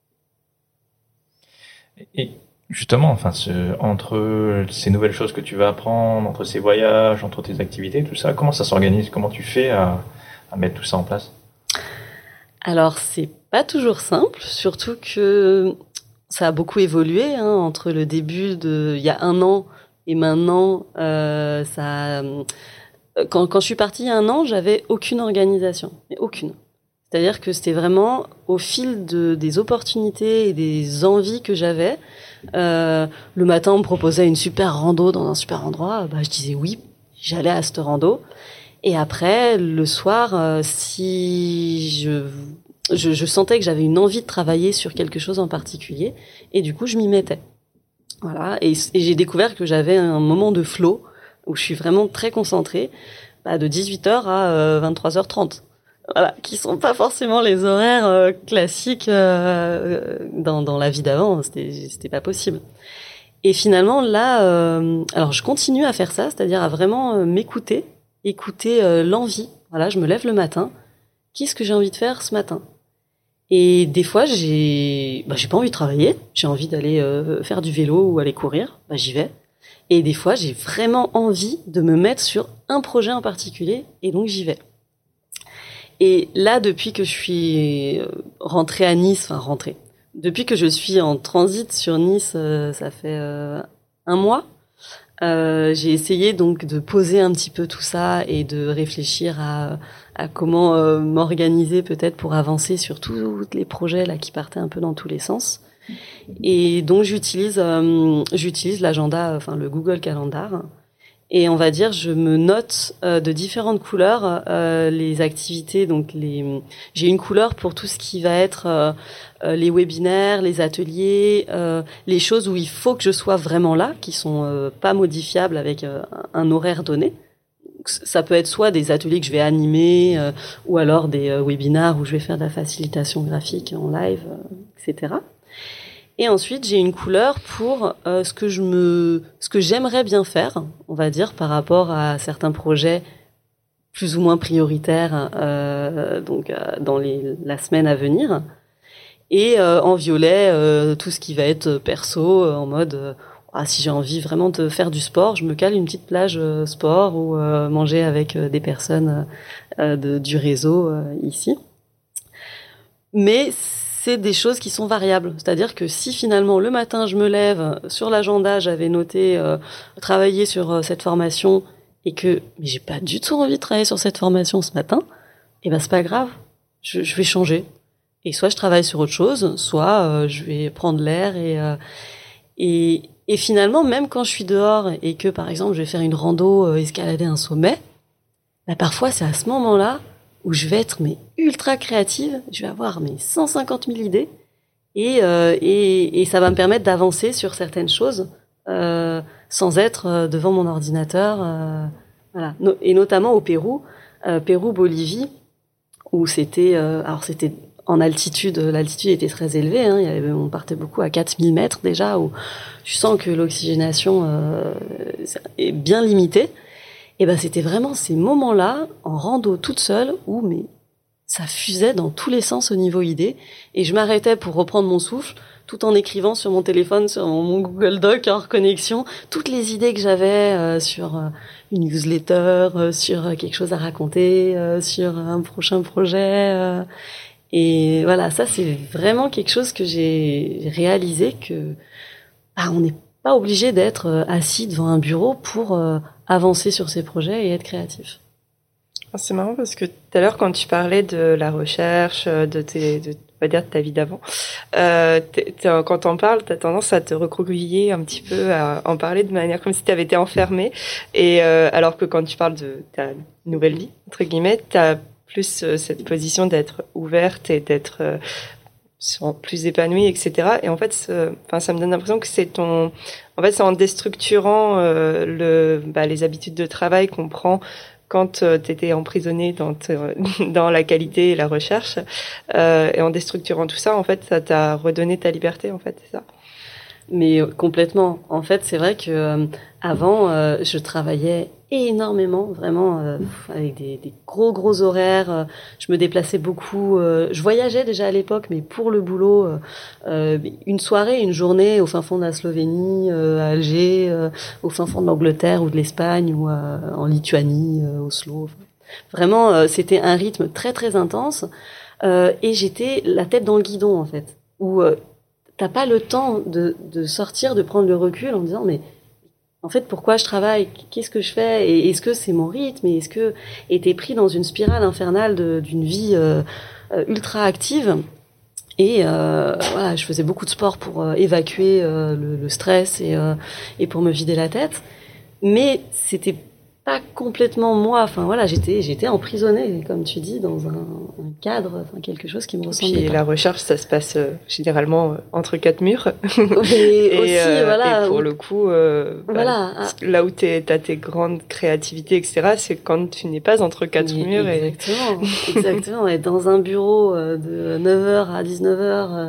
Et justement, entre ces nouvelles choses que tu vas apprendre, entre ces voyages, entre tes activités, tout ça, comment ça s'organise? Comment tu fais à mettre tout ça en place? Alors, c'est pas toujours simple, surtout que ça a beaucoup évolué entre le début il y a 1 an et maintenant. Quand je suis partie il y a 1 an, j'avais aucune organisation, mais aucune. C'est-à-dire que c'était vraiment au fil des opportunités et des envies que j'avais. Le matin, on me proposait une super rando dans un super endroit, je disais oui, j'allais à cette rando. Et après, le soir, si je sentais que j'avais une envie de travailler sur quelque chose en particulier, et du coup, je m'y mettais. Voilà. Et j'ai découvert que j'avais un moment de flow où je suis vraiment très concentrée, de 18h à 23h30. Voilà, qui sont pas forcément les horaires classiques dans la vie d'avant. C'était pas possible. Et finalement, là, alors je continue à faire ça, c'est-à-dire à vraiment écouter l'envie. Voilà, je me lève le matin. Qu'est-ce que j'ai envie de faire ce matin? Et des fois, j'ai pas envie de travailler. J'ai envie d'aller faire du vélo ou aller courir. J'y vais. Et des fois, j'ai vraiment envie de me mettre sur un projet en particulier. Et donc, j'y vais. Et là, depuis que je suis rentrée à Nice, depuis que je suis en transit sur Nice, ça fait 1 mois. J'ai essayé donc de poser un petit peu tout ça et de réfléchir à comment m'organiser peut-être pour avancer sur tous les projets là qui partaient un peu dans tous les sens. Et donc j'utilise l'agenda, le Google Calendar. Et on va dire, je me note de différentes couleurs les activités. Donc j'ai une couleur pour tout ce qui va être les webinaires, les ateliers, les choses où il faut que je sois vraiment là, qui sont pas modifiables avec un horaire donné. Ça peut être soit des ateliers que je vais animer, ou alors des webinaires où je vais faire de la facilitation graphique en live, etc. Et ensuite, j'ai une couleur pour ce que j'aimerais bien faire, on va dire, par rapport à certains projets plus ou moins prioritaires, dans la semaine à venir. Et en violet, tout ce qui va être perso, en mode si j'ai envie vraiment de faire du sport, je me cale une petite plage sport ou manger avec des personnes du réseau ici. Mais c'est des choses qui sont variables. C'est-à-dire que si finalement le matin je me lève, sur l'agenda j'avais noté travailler sur cette formation et que mais j'ai pas du tout envie de travailler sur cette formation ce matin, c'est pas grave, je vais changer. Et soit je travaille sur autre chose, soit je vais prendre l'air et finalement même quand je suis dehors et que par exemple je vais faire une rando, escalader un sommet, parfois c'est à ce moment-là où je vais être ultra créative, je vais avoir 150 000 idées et ça va me permettre d'avancer sur certaines choses sans être devant mon ordinateur. Voilà. Et notamment au Pérou, Bolivie, où c'était en altitude, l'altitude était très élevée, hein, on partait beaucoup à 4000 mètres déjà, où tu sens que l'oxygénation est bien limitée. Et ben c'était vraiment ces moments-là, en rando toute seule, où ça fusait dans tous les sens au niveau idée, et je m'arrêtais pour reprendre mon souffle, tout en écrivant sur mon téléphone, sur mon Google Doc hors connexion, toutes les idées que j'avais sur une newsletter, sur quelque chose à raconter, sur un prochain projet. Et voilà, ça c'est vraiment quelque chose que j'ai réalisé que on n'est pas obligé d'être assis devant un bureau pour avancer sur ses projets et être créatif. C'est marrant parce que tout à l'heure, quand tu parlais de la recherche, on va dire de ta vie d'avant, quand t'en parles, t'as tendance à te recroqueviller un petit peu, à en parler de manière comme si t'avais été enfermée. Et alors que quand tu parles de ta nouvelle vie, entre guillemets, t'as plus cette position d'être ouverte et d'être plus épanouie, etc. Et en fait, ça me donne l'impression que c'est en déstructurant les habitudes de travail qu'on prend quand t'étais emprisonné dans la qualité et la recherche, et en déstructurant tout ça, en fait, ça t'a redonné ta liberté, en fait, c'est ça. Mais complètement. En fait, c'est vrai que avant, je travaillais énormément, vraiment, avec des gros horaires. Je me déplaçais beaucoup. Je voyageais déjà à l'époque, mais pour le boulot, une soirée, une journée au fin fond de la Slovénie, à Alger, au fin fond de l'Angleterre ou de l'Espagne, ou en Lituanie, Oslo. Vraiment, c'était un rythme très très intense, et j'étais la tête dans le guidon, en fait, où t'as pas le temps de sortir, de prendre le recul en disant mais en fait pourquoi je travaille, qu'est-ce que je fais, et est-ce que c'est mon rythme, et t'es pris dans une spirale infernale d'une vie ultra active. Et voilà, je faisais beaucoup de sport pour évacuer le stress et pour me vider la tête, mais c'était pas complètement moi. Enfin voilà, j'étais emprisonnée, comme tu dis, dans un cadre, quelque chose qui me ressemblait. Puis pas. La recherche, ça se passe généralement entre quatre murs. Et aussi, voilà. Et pour le coup, voilà. Là où t'as tes grandes créativités, etc., c'est quand tu n'es pas entre quatre murs. Exactement. Et dans un bureau de 9h à 19h,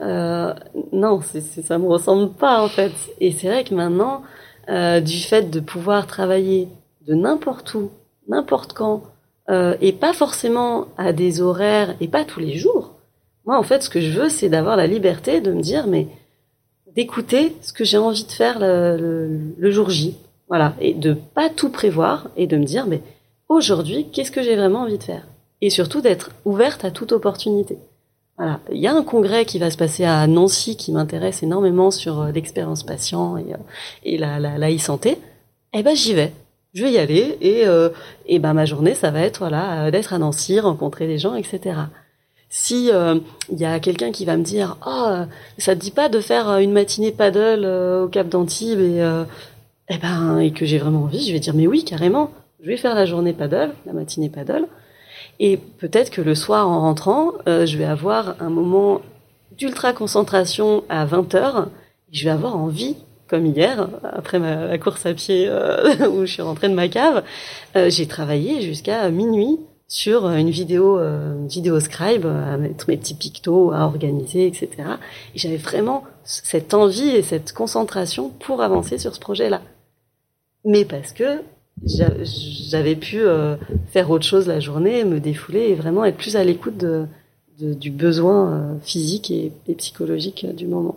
non, ça me ressemble pas, en fait. Et c'est vrai que maintenant, du fait de pouvoir travailler de n'importe où, n'importe quand, et pas forcément à des horaires, et pas tous les jours. Moi, en fait, ce que je veux, c'est d'avoir la liberté de me dire, mais d'écouter ce que j'ai envie de faire le jour J. Voilà. Et de pas tout prévoir, et de me dire, mais aujourd'hui, qu'est-ce que j'ai vraiment envie de faire? Et surtout d'être ouverte à toute opportunité. Voilà. Il y a un congrès qui va se passer à Nancy qui m'intéresse énormément sur l'expérience patient et la e-santé. Eh ben, j'y vais. Je vais y aller, et ma journée, ça va être d'être à Nancy, rencontrer des gens, etc. Si y a quelqu'un qui va me dire ça te dit pas de faire une matinée paddle au Cap d'Antibes, et que j'ai vraiment envie, je vais dire mais oui, carrément, je vais faire la journée paddle, la matinée paddle, et peut-être que le soir en rentrant, je vais avoir un moment d'ultra concentration à 20h, je vais avoir envie, comme hier, après la course à pied où je suis rentrée de ma cave, j'ai travaillé jusqu'à minuit sur une vidéo Scribe, à mettre mes petits pictos, à organiser, etc. Et j'avais vraiment cette envie et cette concentration pour avancer sur ce projet-là. Mais parce que j'avais pu faire autre chose la journée, me défouler et vraiment être plus à l'écoute du besoin physique et psychologique du moment.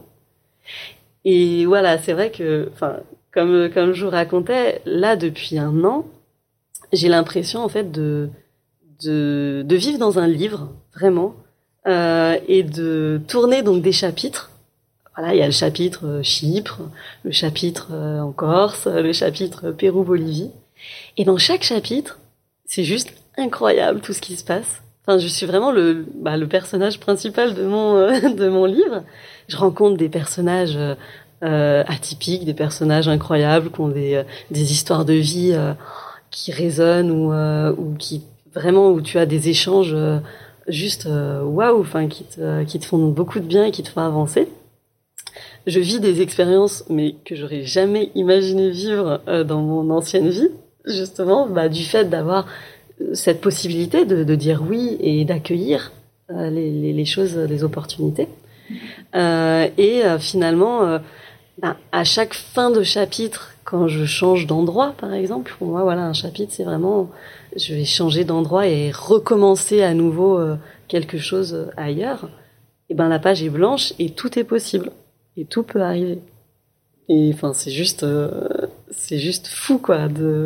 Et voilà, c'est vrai que, comme je vous racontais, là, depuis un an, j'ai l'impression, en fait, de vivre dans un livre, vraiment, et de tourner donc des chapitres. Voilà, il y a le chapitre Chypre, le chapitre en Corse, le chapitre Pérou-Bolivie. Et dans chaque chapitre, c'est juste incroyable tout ce qui se passe. Enfin, je suis vraiment le personnage principal de mon livre. Je rencontre des personnages atypiques, des personnages incroyables qui ont des histoires de vie qui résonnent ou qui vraiment où tu as des échanges juste waouh, enfin qui te font beaucoup de bien et qui te font avancer. je vis des expériences, mais que j'aurais jamais imaginé vivre dans mon ancienne vie, justement, du fait d'avoir cette possibilité de dire oui et d'accueillir les choses, les opportunités. Finalement, à chaque fin de chapitre, quand je change d'endroit, par exemple, pour moi, voilà, un chapitre, c'est vraiment, je vais changer d'endroit et recommencer à nouveau quelque chose ailleurs. Et la page est blanche et tout est possible et tout peut arriver. Et enfin, c'est juste fou, quoi.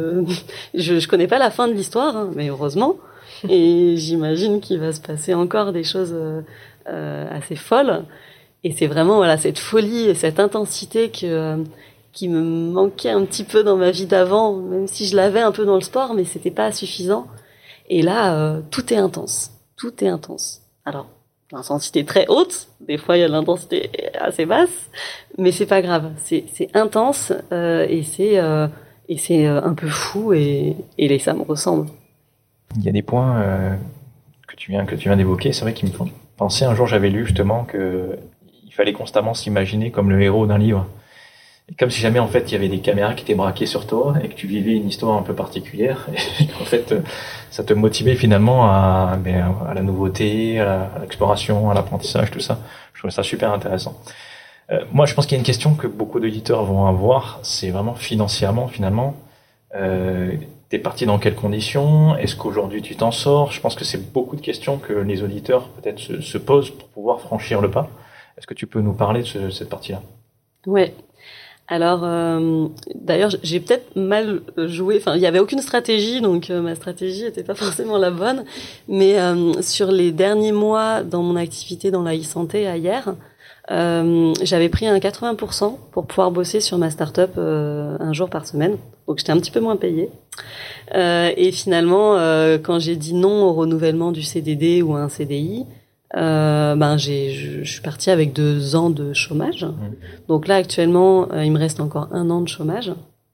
Je connais pas la fin de l'histoire, hein, mais heureusement. Et j'imagine qu'il va se passer encore des choses assez folles. Et c'est vraiment voilà cette folie et cette intensité qui me manquait un petit peu dans ma vie d'avant, même si je l'avais un peu dans le sport, mais c'était pas suffisant. Et là, tout est intense. Tout est intense. Alors, l'intensité très haute, des fois il y a l'intensité assez basse, mais c'est pas grave. C'est intense et c'est un peu fou et ça me ressemble. Il y a des points que tu viens d'évoquer, c'est vrai qu'ils me font penser. Un jour, j'avais lu justement que il fallait constamment s'imaginer comme le héros d'un livre. Et comme si jamais, en fait, il y avait des caméras qui étaient braquées sur toi et que tu vivais une histoire un peu particulière. Et en fait, ça te motivait finalement à la nouveauté, à l'exploration, à l'apprentissage, tout ça. Je trouvais ça super intéressant. Moi, je pense qu'il y a une question que beaucoup d'auditeurs vont avoir, c'est vraiment financièrement, finalement. T'es parti dans quelles conditions? Est-ce qu'aujourd'hui tu t'en sors? Je pense que c'est beaucoup de questions que les auditeurs peut-être se posent pour pouvoir franchir le pas. Est-ce que tu peux nous parler de cette partie-là? Ouais. Alors, d'ailleurs, j'ai peut-être mal joué. Enfin, il y avait aucune stratégie, donc ma stratégie était pas forcément la bonne. Mais sur les derniers mois dans mon activité dans la e-santé à hier, j'avais pris un 80% pour pouvoir bosser sur ma start-up un jour par semaine. Donc j'étais un petit peu moins payée. Et finalement, quand j'ai dit non au renouvellement du CDD ou à un CDI, je suis partie avec 2 ans de chômage. Donc là, actuellement, il me reste encore 1 an de chômage.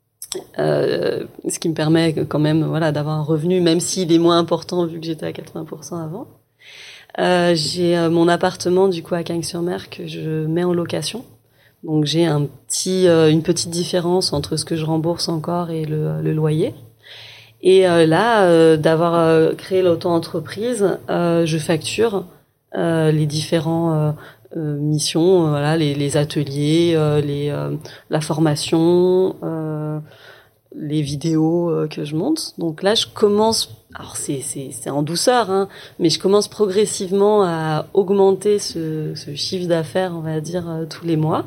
Ce qui me permet quand même, voilà, d'avoir un revenu, même s'il est moins important vu que j'étais à 80% avant. J'ai mon appartement, du coup, à Cagnes-sur-Mer que je mets en location. Donc j'ai une petite différence entre ce que je rembourse encore et le loyer. Et d'avoir créé l'auto-entreprise, je facture les différents missions, voilà, les ateliers, la formation, les vidéos que je monte. Donc là, je commence. Alors c'est en douceur, hein, mais je commence progressivement à augmenter ce chiffre d'affaires, on va dire, tous les mois,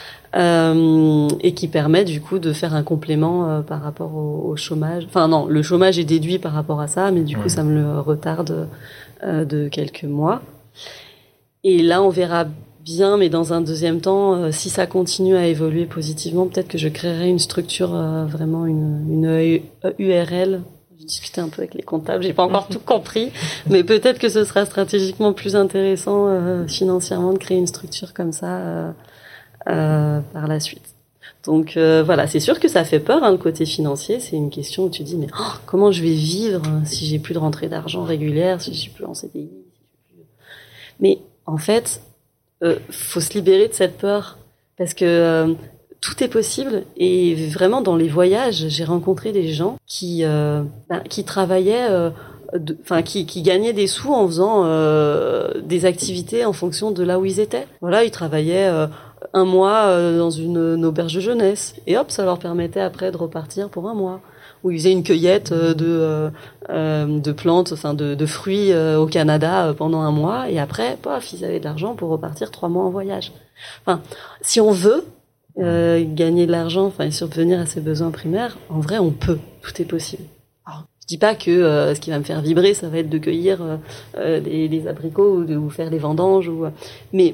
et qui permet du coup de faire un complément par rapport au chômage. Enfin non, le chômage est déduit par rapport à ça, mais du coup ça me le retarde de quelques mois. Et là, on verra bien, mais dans un deuxième temps, si ça continue à évoluer positivement, peut-être que je créerai une structure, vraiment une URL. J'ai discuté un peu avec les comptables, j'ai pas encore tout compris, mais peut-être que ce sera stratégiquement plus intéressant financièrement de créer une structure comme ça par la suite. Donc voilà, c'est sûr que ça fait peur, hein, le côté financier. C'est une question où tu dis mais comment je vais vivre si j'ai plus de rentrée d'argent régulière, si je suis plus en CDI, mais en fait, faut se libérer de cette peur parce que tout est possible. Et vraiment, dans les voyages, j'ai rencontré des gens qui travaillaient, qui gagnaient des sous en faisant des activités en fonction de là où ils étaient. Voilà, ils travaillaient 1 mois dans une auberge de jeunesse et hop, ça leur permettait après de repartir pour 1 mois. Où ils faisaient une cueillette de plantes, enfin de fruits au Canada pendant 1 mois, et après, paf, ils avaient de l'argent pour repartir 3 mois en voyage. Enfin, si on veut gagner de l'argent, enfin, et subvenir à ses besoins primaires, en vrai, on peut. Tout est possible. Alors, je dis pas que ce qui va me faire vibrer, ça va être de cueillir des abricots ou faire des vendanges, mais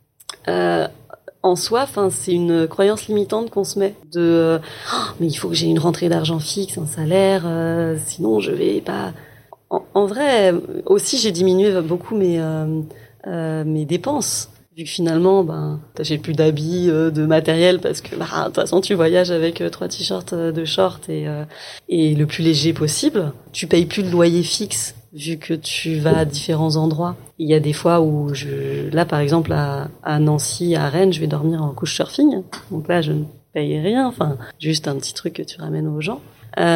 en soi, enfin, c'est une croyance limitante qu'on se met mais il faut que j'ai une rentrée d'argent fixe, un salaire, sinon je vais pas. En vrai, aussi j'ai diminué beaucoup mes dépenses, vu que finalement, j'ai plus d'habits, de matériel parce que de toute façon tu voyages avec 3 t-shirts, 2 shorts et le plus léger possible. Tu payes plus de loyer fixe vu que tu vas à différents endroits. Il y a des fois où là par exemple à Nancy, à Rennes, je vais dormir en couchsurfing. Donc là, je ne paye rien, enfin juste un petit truc que tu ramènes aux gens.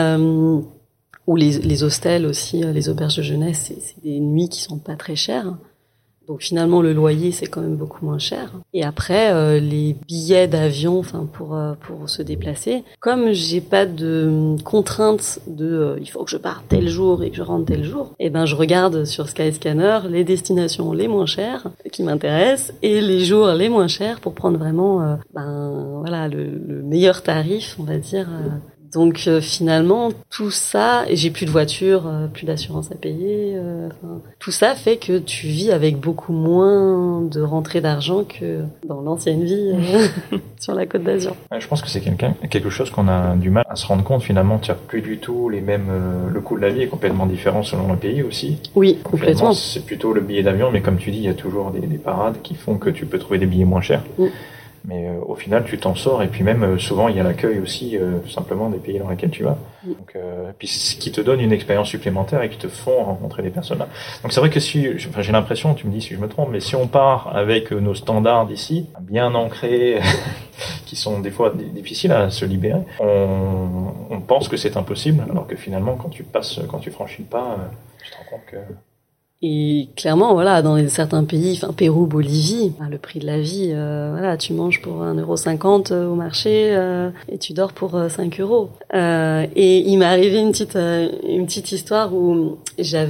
Ou les hostels aussi, les auberges de jeunesse, c'est des nuits qui sont pas très chères. Donc finalement le loyer c'est quand même beaucoup moins cher. Et après les billets d'avion, enfin pour se déplacer, comme j'ai pas de contrainte de il faut que je parte tel jour et que je rentre tel jour, et ben je regarde sur Skyscanner les destinations les moins chères qui m'intéressent et les jours les moins chers pour prendre vraiment voilà le meilleur tarif, on va dire. Donc finalement tout ça, et j'ai plus de voiture, plus d'assurance à payer, tout ça fait que tu vis avec beaucoup moins de rentrées d'argent que dans l'ancienne vie sur la Côte d'Azur. Je pense que c'est quelque chose qu'on a du mal à se rendre compte finalement. Tu n'as plus du tout les mêmes. Le coût de la vie est complètement différent selon le pays aussi. Oui, complètement. C'est plutôt le billet d'avion, mais comme tu dis, il y a toujours des parades qui font que tu peux trouver des billets moins chers. Mais au final, tu t'en sors. Et puis même, souvent, il y a l'accueil aussi, tout simplement, des pays dans lesquels tu vas. Donc, puis ce qui te donne une expérience supplémentaire et qui te font rencontrer des personnes là. Donc c'est vrai que j'ai l'impression, tu me dis si je me trompe, mais si on part avec nos standards d'ici, bien ancrés, qui sont des fois difficiles à se libérer, on pense que c'est impossible, alors que finalement, quand tu franchis le pas, tu te rends compte que... Et clairement, voilà, dans certains pays, enfin Pérou, Bolivie, le prix de la vie, voilà, tu manges pour 1,50 € au marché et tu dors pour 5 €. Et il m'est arrivé une petite histoire où j'ai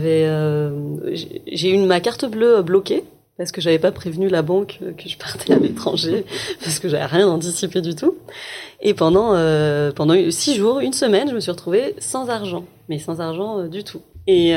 eu ma carte bleue bloquée parce que j'avais pas prévenu la banque que je partais à l'étranger parce que j'avais rien anticipé du tout. Et pendant 6 jours, une semaine, je me suis retrouvée sans argent, mais sans argent du tout. Et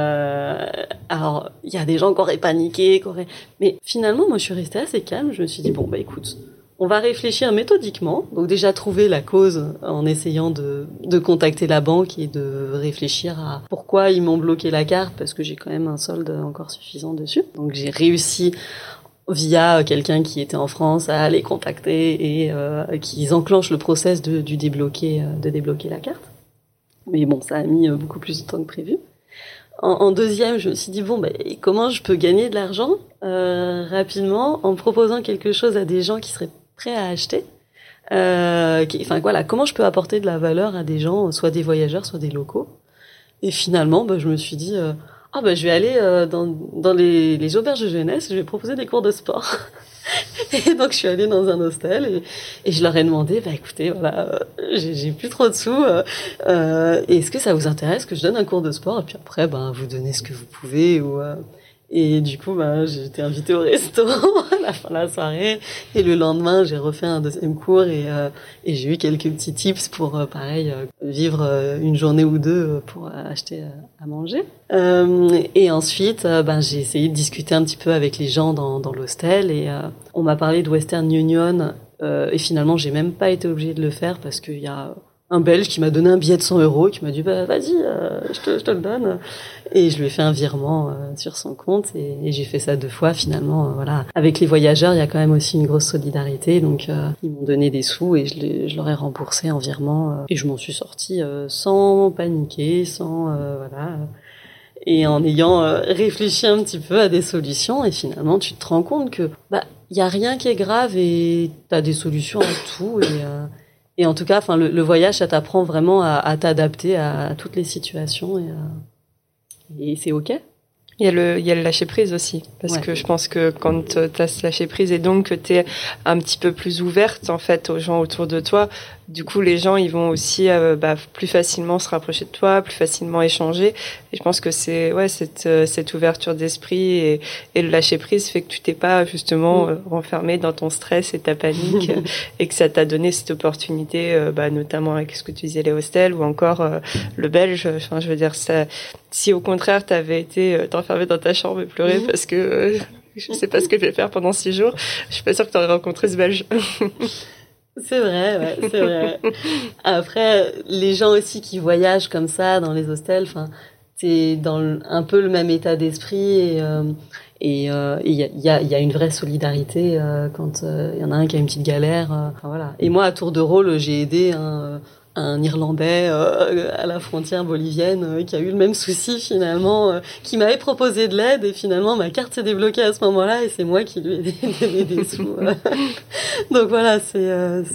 alors, il y a des gens qui auraient paniqué, mais finalement, moi, je suis restée assez calme. Je me suis dit, bon, écoute, on va réfléchir méthodiquement. Donc déjà, trouver la cause en essayant de contacter la banque et de réfléchir à pourquoi ils m'ont bloqué la carte, parce que j'ai quand même un solde encore suffisant dessus. Donc j'ai réussi via quelqu'un qui était en France à les contacter et qu'ils enclenchent le process de débloquer la carte. Mais bon, ça a mis beaucoup plus de temps que prévu. En deuxième, je me suis dit comment je peux gagner de l'argent rapidement en proposant quelque chose à des gens qui seraient prêts à acheter. Comment je peux apporter de la valeur à des gens, soit des voyageurs, soit des locaux. Et finalement, je me suis dit je vais aller dans les auberges de jeunesse, je vais proposer des cours de sport. Et donc je suis allée dans un hostel et je leur ai demandé écoutez, voilà, j'ai plus trop de sous, est-ce que ça vous intéresse que je donne un cours de sport, et puis après vous donnez ce que vous pouvez, et du coup j'ai été invitée au restaurant à la fin de la soirée, et le lendemain j'ai refait un deuxième cours et j'ai eu quelques petits tips pour vivre une journée ou deux pour acheter à manger. Et ensuite j'ai essayé de discuter un petit peu avec les gens dans l'hostel, et on m'a parlé de Western Union, et finalement j'ai même pas été obligée de le faire parce qu'il y a un Belge qui m'a donné un billet de 100 € qui m'a dit vas-y, je te le donne, et je lui ai fait un virement sur son compte, et j'ai fait ça 2 fois finalement. Voilà, avec les voyageurs il y a quand même aussi une grosse solidarité, donc ils m'ont donné des sous et je leur ai remboursé en virement, et je m'en suis sortie sans paniquer, et en ayant réfléchi un petit peu à des solutions. Et finalement tu te rends compte que y a rien qui est grave et t'as des solutions à tout, et en tout cas, le voyage, ça t'apprend vraiment à t'adapter à toutes les situations, et c'est ok. Il y a le lâcher prise aussi, parce que je pense que quand t'as ce lâcher prise et donc que t'es un petit peu plus ouverte en fait aux gens autour de toi, du coup les gens ils vont aussi plus facilement se rapprocher de toi, plus facilement échanger. Et je pense que c'est cette ouverture d'esprit et le lâcher prise fait que tu t'es pas justement renfermé dans ton stress et ta panique et que ça t'a donné cette opportunité, notamment avec ce que tu disais, les hostels, ou encore le belge. Enfin, je veux dire, ça, si au contraire t'avais été t'enfermer dans ta chambre et pleurer parce que je sais pas ce que je vais faire pendant 6 jours, je suis pas sûre que t'aurais rencontré ce belge. C'est vrai, c'est vrai. Après, les gens aussi qui voyagent comme ça dans les hostels, c'est dans un peu le même état d'esprit, et il y a une vraie solidarité quand il y en a un qui a une petite galère. Voilà. Et moi, à tour de rôle, j'ai aidé un Irlandais à la frontière bolivienne qui a eu le même souci finalement, qui m'avait proposé de l'aide et finalement ma carte s'est débloquée à ce moment-là et c'est moi qui lui ai donné des sous. Donc voilà, c'est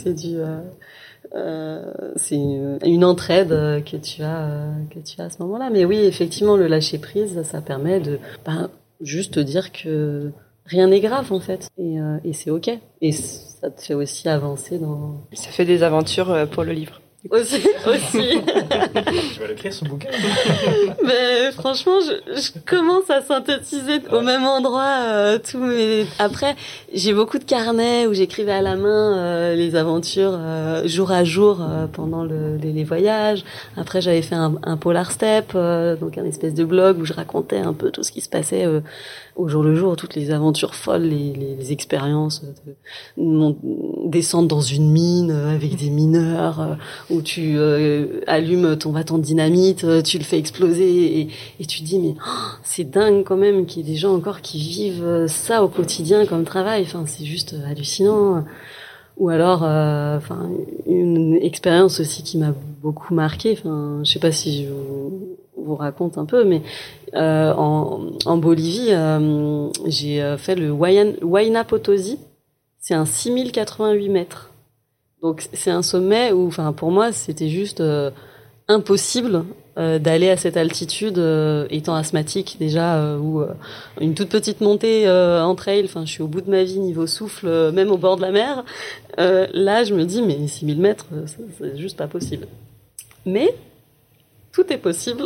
une entraide que tu as à ce moment-là. Mais oui, effectivement, le lâcher prise, ça permet de juste te dire que rien n'est grave en fait, et c'est ok. Et ça te fait aussi avancer dans. Ça fait des aventures pour le livre. Aussi. Tu vas l'écrire ce bouquin. Mais franchement, je commence à synthétiser au même endroit tous mes. Après, j'ai beaucoup de carnets où j'écrivais à la main les aventures jour à jour pendant les voyages. Après, j'avais fait un Polar Step, donc un espèce de blog où je racontais un peu tout ce qui se passait au jour le jour, toutes les aventures folles, les expériences de descendre dans une mine avec des mineurs. Où tu allumes ton bâton de dynamite, tu le fais exploser et tu te dis mais c'est dingue quand même qu'il y ait des gens encore qui vivent ça au quotidien comme travail. Enfin, c'est juste hallucinant. Ou alors, une expérience aussi qui m'a beaucoup marquée. Enfin, je sais pas si je vous raconte un peu, mais en Bolivie, j'ai fait le Huayna Potosí. C'est un 6088 mètres. Donc c'est un sommet où, enfin pour moi, c'était juste impossible d'aller à cette altitude, étant asthmatique déjà, ou une toute petite montée en trail. Enfin, je suis au bout de ma vie niveau souffle, même au bord de la mer. Là, je me dis, mais 6000 mètres, c'est juste pas possible. Mais tout est possible.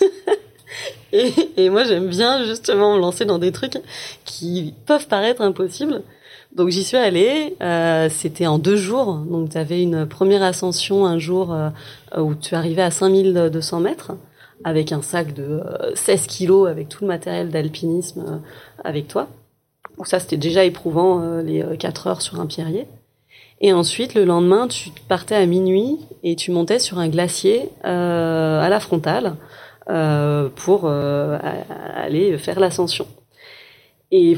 Et moi, j'aime bien justement me lancer dans des trucs qui peuvent paraître impossibles. Donc j'y suis allée, c'était en 2 jours, donc tu avais une première ascension un jour où tu arrivais à 5200 mètres avec un sac de 16 kilos avec tout le matériel d'alpinisme avec toi. Donc ça c'était déjà éprouvant, les 4 heures sur un pierrier. Et ensuite le lendemain tu partais à minuit et tu montais sur un glacier à la frontale pour aller faire l'ascension. Et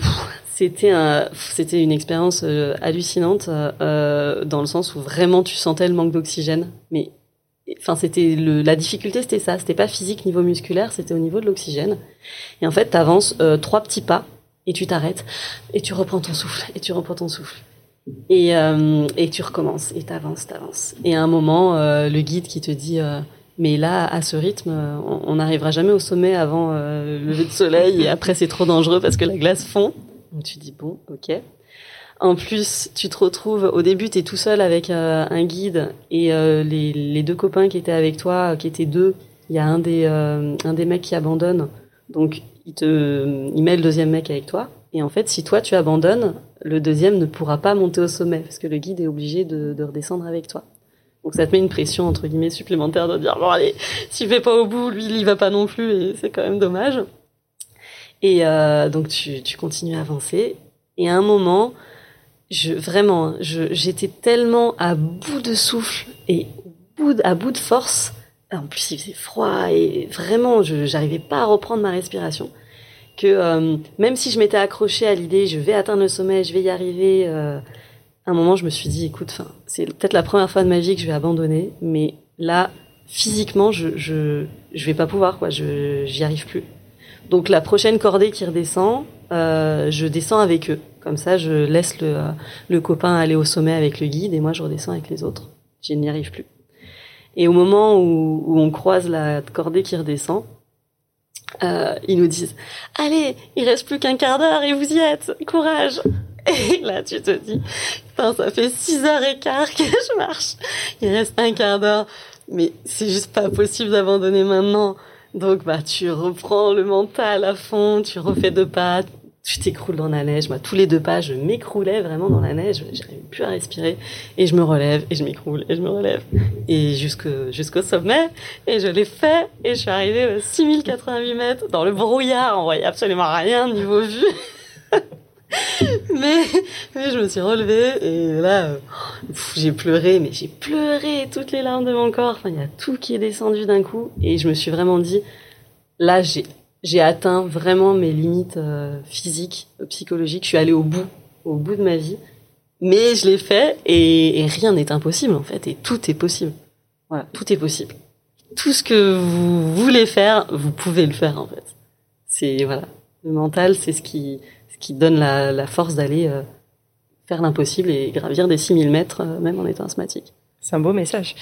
c'était une expérience hallucinante dans le sens où vraiment tu sentais le manque d'oxygène. Mais enfin la difficulté c'était ça, c'était pas physique niveau musculaire, c'était au niveau de l'oxygène. Et en fait t'avances 3 petits pas et tu t'arrêtes et tu reprends ton souffle et tu reprends ton souffle et tu recommences et t'avances. Et à un moment le guide qui te dit mais là, à ce rythme, on n'arrivera jamais au sommet avant le lever de soleil et après c'est trop dangereux parce que la glace fond. Donc tu dis bon, ok. En plus, tu te retrouves, au début, t'es tout seul avec un guide et les 2 copains qui étaient avec toi, qui étaient 2, il y a un des mecs qui abandonne, donc il met le deuxième mec avec toi. Et en fait, si toi tu abandonnes, le deuxième ne pourra pas monter au sommet parce que le guide est obligé de redescendre avec toi. Donc ça te met une pression entre guillemets supplémentaire de dire bon allez, s'il fait pas au bout, lui il y va pas non plus et c'est quand même dommage. Et donc tu continues à avancer et à un moment j'étais tellement à bout de souffle et à bout de force. En plus il faisait froid et vraiment j'arrivais pas à reprendre ma respiration que même si je m'étais accrochée à l'idée je vais atteindre le sommet, je vais y arriver, à un moment, je me suis dit, écoute, c'est peut-être la première fois de ma vie que je vais abandonner, mais là, physiquement, je vais pas pouvoir, quoi. J'y arrive plus. Donc, la prochaine cordée qui redescend, je descends avec eux. Comme ça, je laisse le copain aller au sommet avec le guide et moi, je redescends avec les autres. Je n'y arrive plus. Et au moment où on croise la cordée qui redescend, ils nous disent, allez, il reste plus qu'un quart d'heure et vous y êtes. Courage! Et là, tu te dis, putain, ça fait 6h15 que je marche. Il reste un quart d'heure. Mais c'est juste pas possible d'abandonner maintenant. Donc, tu reprends le mental à fond, tu refais 2 pas, tu t'écroules dans la neige. Moi, tous les 2 pas, je m'écroulais vraiment dans la neige. J'arrivais plus à respirer. Et je me relève, et je m'écroule, et je me relève. Et jusqu'au sommet. Et je l'ai fait. Et je suis arrivée à 6088 mètres dans le brouillard. On voyait absolument rien niveau vue. mais je me suis relevée et là j'ai pleuré, mais j'ai pleuré toutes les larmes de mon corps. Enfin, il y a tout qui est descendu d'un coup et je me suis vraiment dit là j'ai atteint vraiment mes limites physiques, psychologiques. Je suis allée au bout de ma vie, mais je l'ai fait et rien n'est impossible en fait et tout est possible. Voilà, tout est possible. Tout ce que vous voulez faire, vous pouvez le faire en fait. C'est voilà, le mental, c'est ce qui donne la force d'aller faire l'impossible et gravir des 6000 mètres, même en étant asthmatique. C'est un beau message.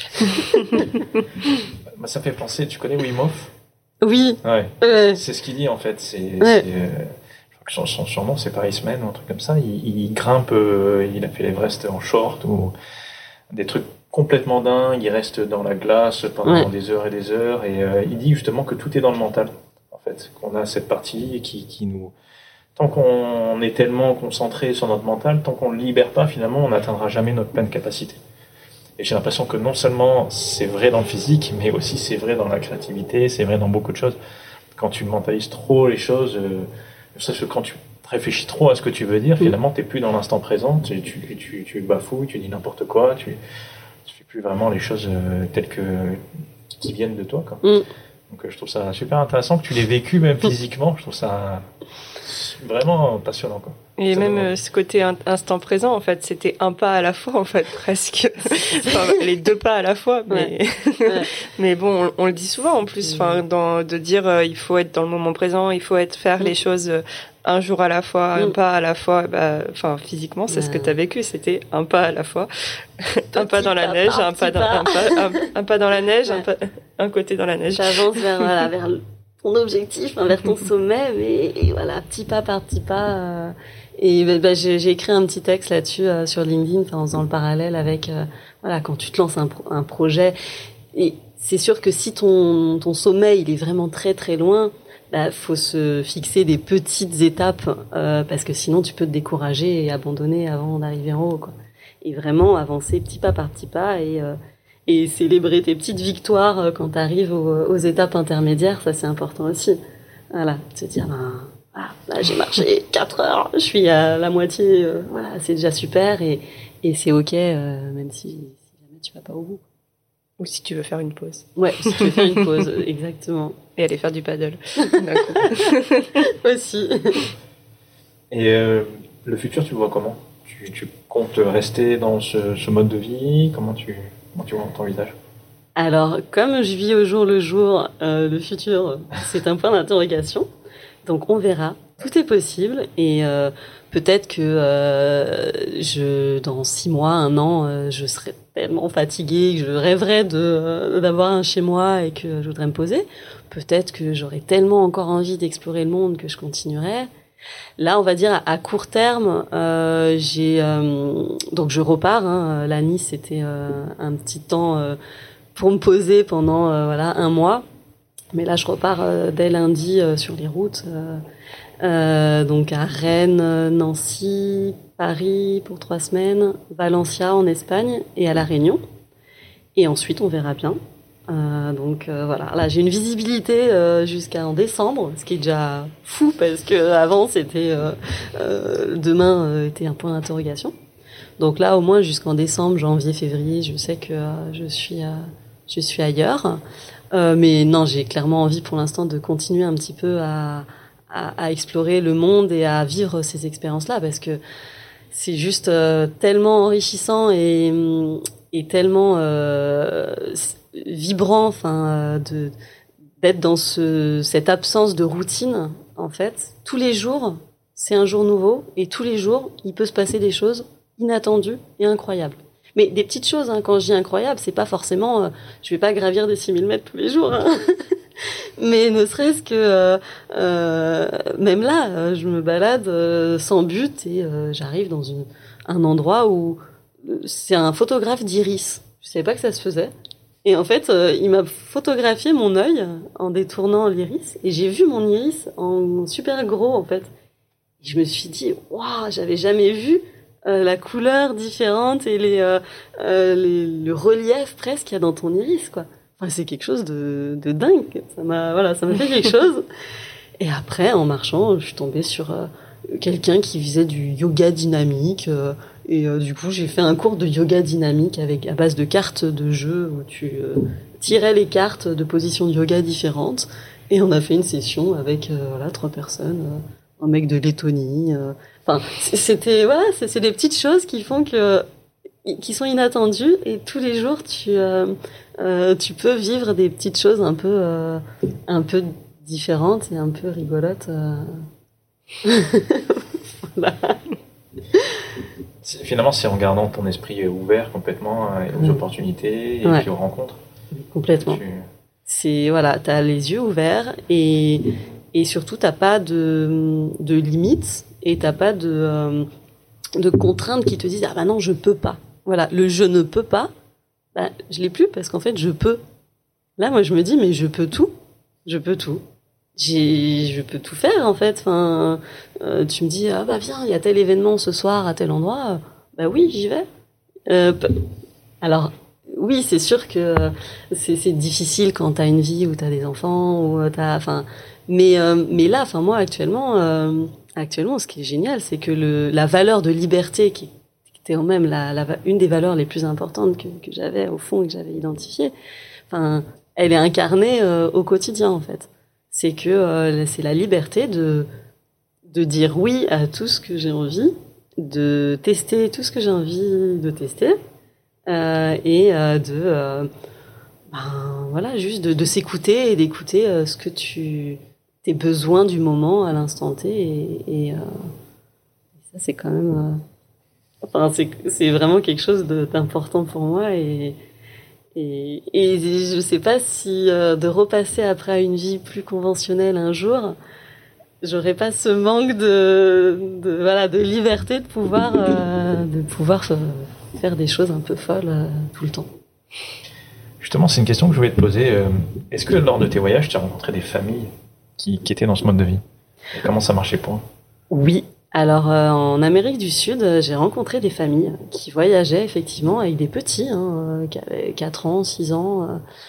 Ça fait penser, tu connais Wim Hof? Oui. Ouais. C'est ce qu'il dit en fait. Je crois que son nom c'est Paris Semaine ou un truc comme ça. Il grimpe, il a fait l'Everest en short ou des trucs complètement dingues. Il reste dans la glace pendant des heures et des heures. Et il dit justement que tout est dans le mental. En fait, qu'on a cette partie qui nous... Tant qu'on est tellement concentré sur notre mental, tant qu'on le libère pas, finalement, on n'atteindra jamais notre pleine capacité. Et j'ai l'impression que non seulement c'est vrai dans le physique, mais aussi c'est vrai dans la créativité, c'est vrai dans beaucoup de choses. Quand tu mentalises trop les choses, que quand tu réfléchis trop à ce que tu veux dire, finalement, t'es plus dans l'instant présent, tu bafouilles, tu dis n'importe quoi, tu fais plus vraiment les choses telles qui viennent de toi, quoi. Donc je trouve ça super intéressant que tu l'aies vécu même physiquement. Je trouve ça vraiment passionnant, quoi. Et ça même ce côté instant présent, en fait, c'était un pas à la fois, en fait, presque. Enfin, les 2 pas à la fois, mais mais bon, on le dit souvent en plus, enfin, de dire il faut être dans le moment présent, il faut faire les choses un jour à la fois, un pas à la fois. Enfin, physiquement, c'est ce que tu as vécu, c'était un pas à la fois, un pas dans la neige, un pas dans la neige, un côté dans la neige. J'avance vers ton objectif, vers ton sommet, mais voilà, petit pas par petit pas. Et j'ai écrit un petit texte là-dessus sur LinkedIn, en faisant le parallèle avec quand tu te lances un projet. Et c'est sûr que si ton sommet il est vraiment très très loin, faut se fixer des petites étapes parce que sinon tu peux te décourager et abandonner avant d'arriver en haut, quoi. Et vraiment avancer petit pas par petit pas et célébrer tes petites victoires quand tu arrives aux étapes intermédiaires, ça c'est important aussi. Voilà, te dire là j'ai marché 4 heures, je suis à la moitié, c'est déjà super et c'est ok même si jamais tu vas pas au bout. Ou si tu veux faire une pause. Ouais, si tu veux faire une pause, exactement. Et aller faire du paddle. Aussi. Et le futur, tu le vois comment? Tu comptes rester dans ce mode de vie? Comment tu t'envisages? Alors, comme je vis au jour le jour, le futur, c'est un point d'interrogation. Donc, on verra. Tout est possible. Et peut-être que dans 6 mois, 1 an, je serai tellement fatiguée que je rêverais d'avoir un chez moi et que je voudrais me poser. Peut-être que j'aurais tellement encore envie d'explorer le monde que je continuerai. Là, on va dire à court terme, donc je repars. La Nice, c'était un petit temps pour me poser pendant 1 mois. Mais là, je repars dès lundi sur les routes. Donc à Rennes, Nancy, Paris pour 3 semaines, Valencia en Espagne et à La Réunion. Et ensuite, on verra bien. Là j'ai une visibilité jusqu'en décembre, ce qui est déjà fou parce que avant c'était demain était un point d'interrogation. Donc là au moins jusqu'en décembre, janvier, février, je sais que je suis ailleurs. Mais non, j'ai clairement envie pour l'instant de continuer un petit peu à explorer le monde et à vivre ces expériences-là parce que c'est juste tellement enrichissant et tellement vibrant, d'être dans cette absence de routine. En fait, tous les jours, c'est un jour nouveau et tous les jours, il peut se passer des choses inattendues et incroyables. Mais des petites choses, quand je dis incroyable, c'est pas forcément, je vais pas gravir des 6000 mètres tous les jours. Mais ne serait-ce que même là, je me balade sans but et j'arrive dans un endroit où c'est un photographe d'iris. Je savais pas que ça se faisait. Et en fait, il m'a photographié mon œil en détournant l'iris et j'ai vu mon iris en super gros en fait. Et je me suis dit, waouh, j'avais jamais vu la couleur différente et le relief presque qu'il y a dans ton iris, quoi. Enfin, c'est quelque chose de dingue. Ça m'a fait quelque chose. Et après, en marchant, je suis tombée sur quelqu'un qui faisait du yoga dynamique. Du coup, j'ai fait un cours de yoga dynamique à base de cartes de jeu où tu tirais les cartes de positions de yoga différentes. Et on a fait une session avec 3 personnes, un mec de Lettonie. C'est des petites choses qui font que qui sont inattendus, et tous les jours tu peux vivre des petites choses un peu différentes et un peu rigolotes. Voilà. Finalement, c'est en gardant ton esprit ouvert complètement aux opportunités et puis aux rencontres. Complètement. C'est voilà, t'as les yeux ouverts et surtout t'as pas de limites et t'as pas de contraintes qui te disent ah bah non je peux pas. Voilà, le je ne peux pas, bah je l'ai plus parce qu'en fait je peux. Là moi je me dis mais je peux tout. Je peux tout faire en fait. Enfin, tu me dis ah bah viens, il y a tel événement ce soir à tel endroit. Bah oui, j'y vais. Alors oui, c'est sûr que c'est difficile quand t'as une vie où t'as des enfants ou mais là, enfin moi actuellement, ce qui est génial, c'est que la valeur de liberté qui était quand même une des valeurs les plus importantes que j'avais au fond et que j'avais identifiée. Enfin, elle est incarnée au quotidien en fait. C'est que c'est la liberté de dire oui à tout ce que j'ai envie, de tester tout ce que j'ai envie de tester, et voilà, juste de s'écouter et d'écouter ce que tes besoins du moment à l'instant T, et ça c'est quand même, c'est vraiment quelque chose d'important pour moi, et je sais pas si de repasser après une vie plus conventionnelle un jour, j'aurais pas ce manque de liberté de pouvoir faire des choses un peu folles tout le temps. Justement, c'est une question que je voulais te poser. Est-ce que lors de tes voyages, tu as rencontré des familles qui étaient dans ce mode de vie? Et comment ça marchait pour eux? Oui. Alors, en Amérique du Sud, j'ai rencontré des familles qui voyageaient effectivement avec des petits, qui avaient 4 ans, 6 ans.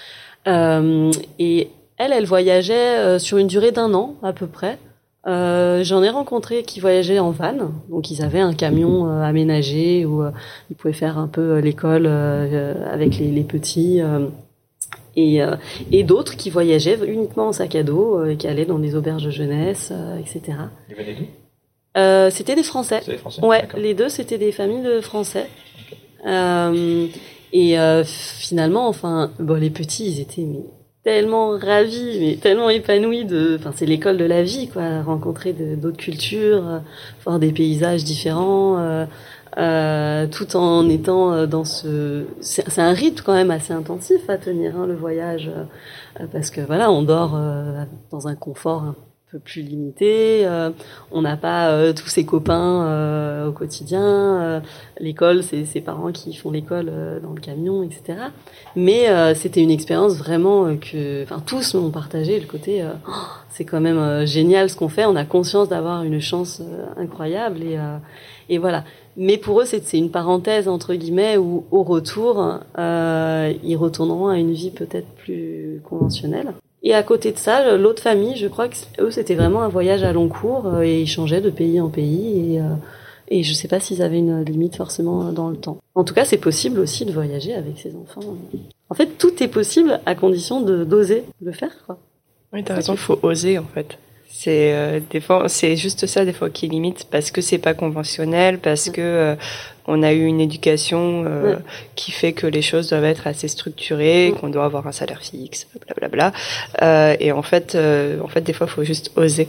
Et elles voyageaient sur une durée d'1 an à peu près. J'en ai rencontré qui voyageaient en van, donc ils avaient un camion aménagé où ils pouvaient faire un peu l'école avec les petits. Et d'autres qui voyageaient uniquement en sac à dos et qui allaient dans des auberges de jeunesse, etc. Ils venaient d'où? C'était des Français. C'est des Français? Ouais, d'accord. les deux c'était des familles de Français. Okay. Finalement, enfin, les petits, ils étaient tellement ravis, mais tellement épanouis c'est l'école de la vie, quoi. Rencontrer d'autres cultures, voir des paysages différents, tout en étant dans c'est un rythme quand même assez intensif à tenir, le voyage, parce que voilà, on dort dans un confort un peu plus limité, on n'a pas tous ses copains au quotidien, l'école c'est ses parents qui font l'école dans le camion, etc. Mais c'était une expérience vraiment tous m'ont partagé le côté c'est quand même génial ce qu'on fait, on a conscience d'avoir une chance incroyable, et voilà. Mais pour eux c'est une parenthèse entre guillemets où au retour ils retourneront à une vie peut-être plus conventionnelle. Et à côté de ça, l'autre famille, je crois que eux, c'était vraiment un voyage à long cours et ils changeaient de pays en pays, et je sais pas s'ils avaient une limite forcément dans le temps. En tout cas, c'est possible aussi de voyager avec ses enfants. En fait, tout est possible à condition d'oser le faire, quoi. Oui, t'as raison, il faut oser en fait. C'est des fois, c'est juste ça des fois qui limite parce que c'est pas conventionnel, parce que on a eu une éducation qui fait que les choses doivent être assez structurées, qu'on doit avoir un salaire fixe, blablabla. Et en fait, des fois, il faut juste oser.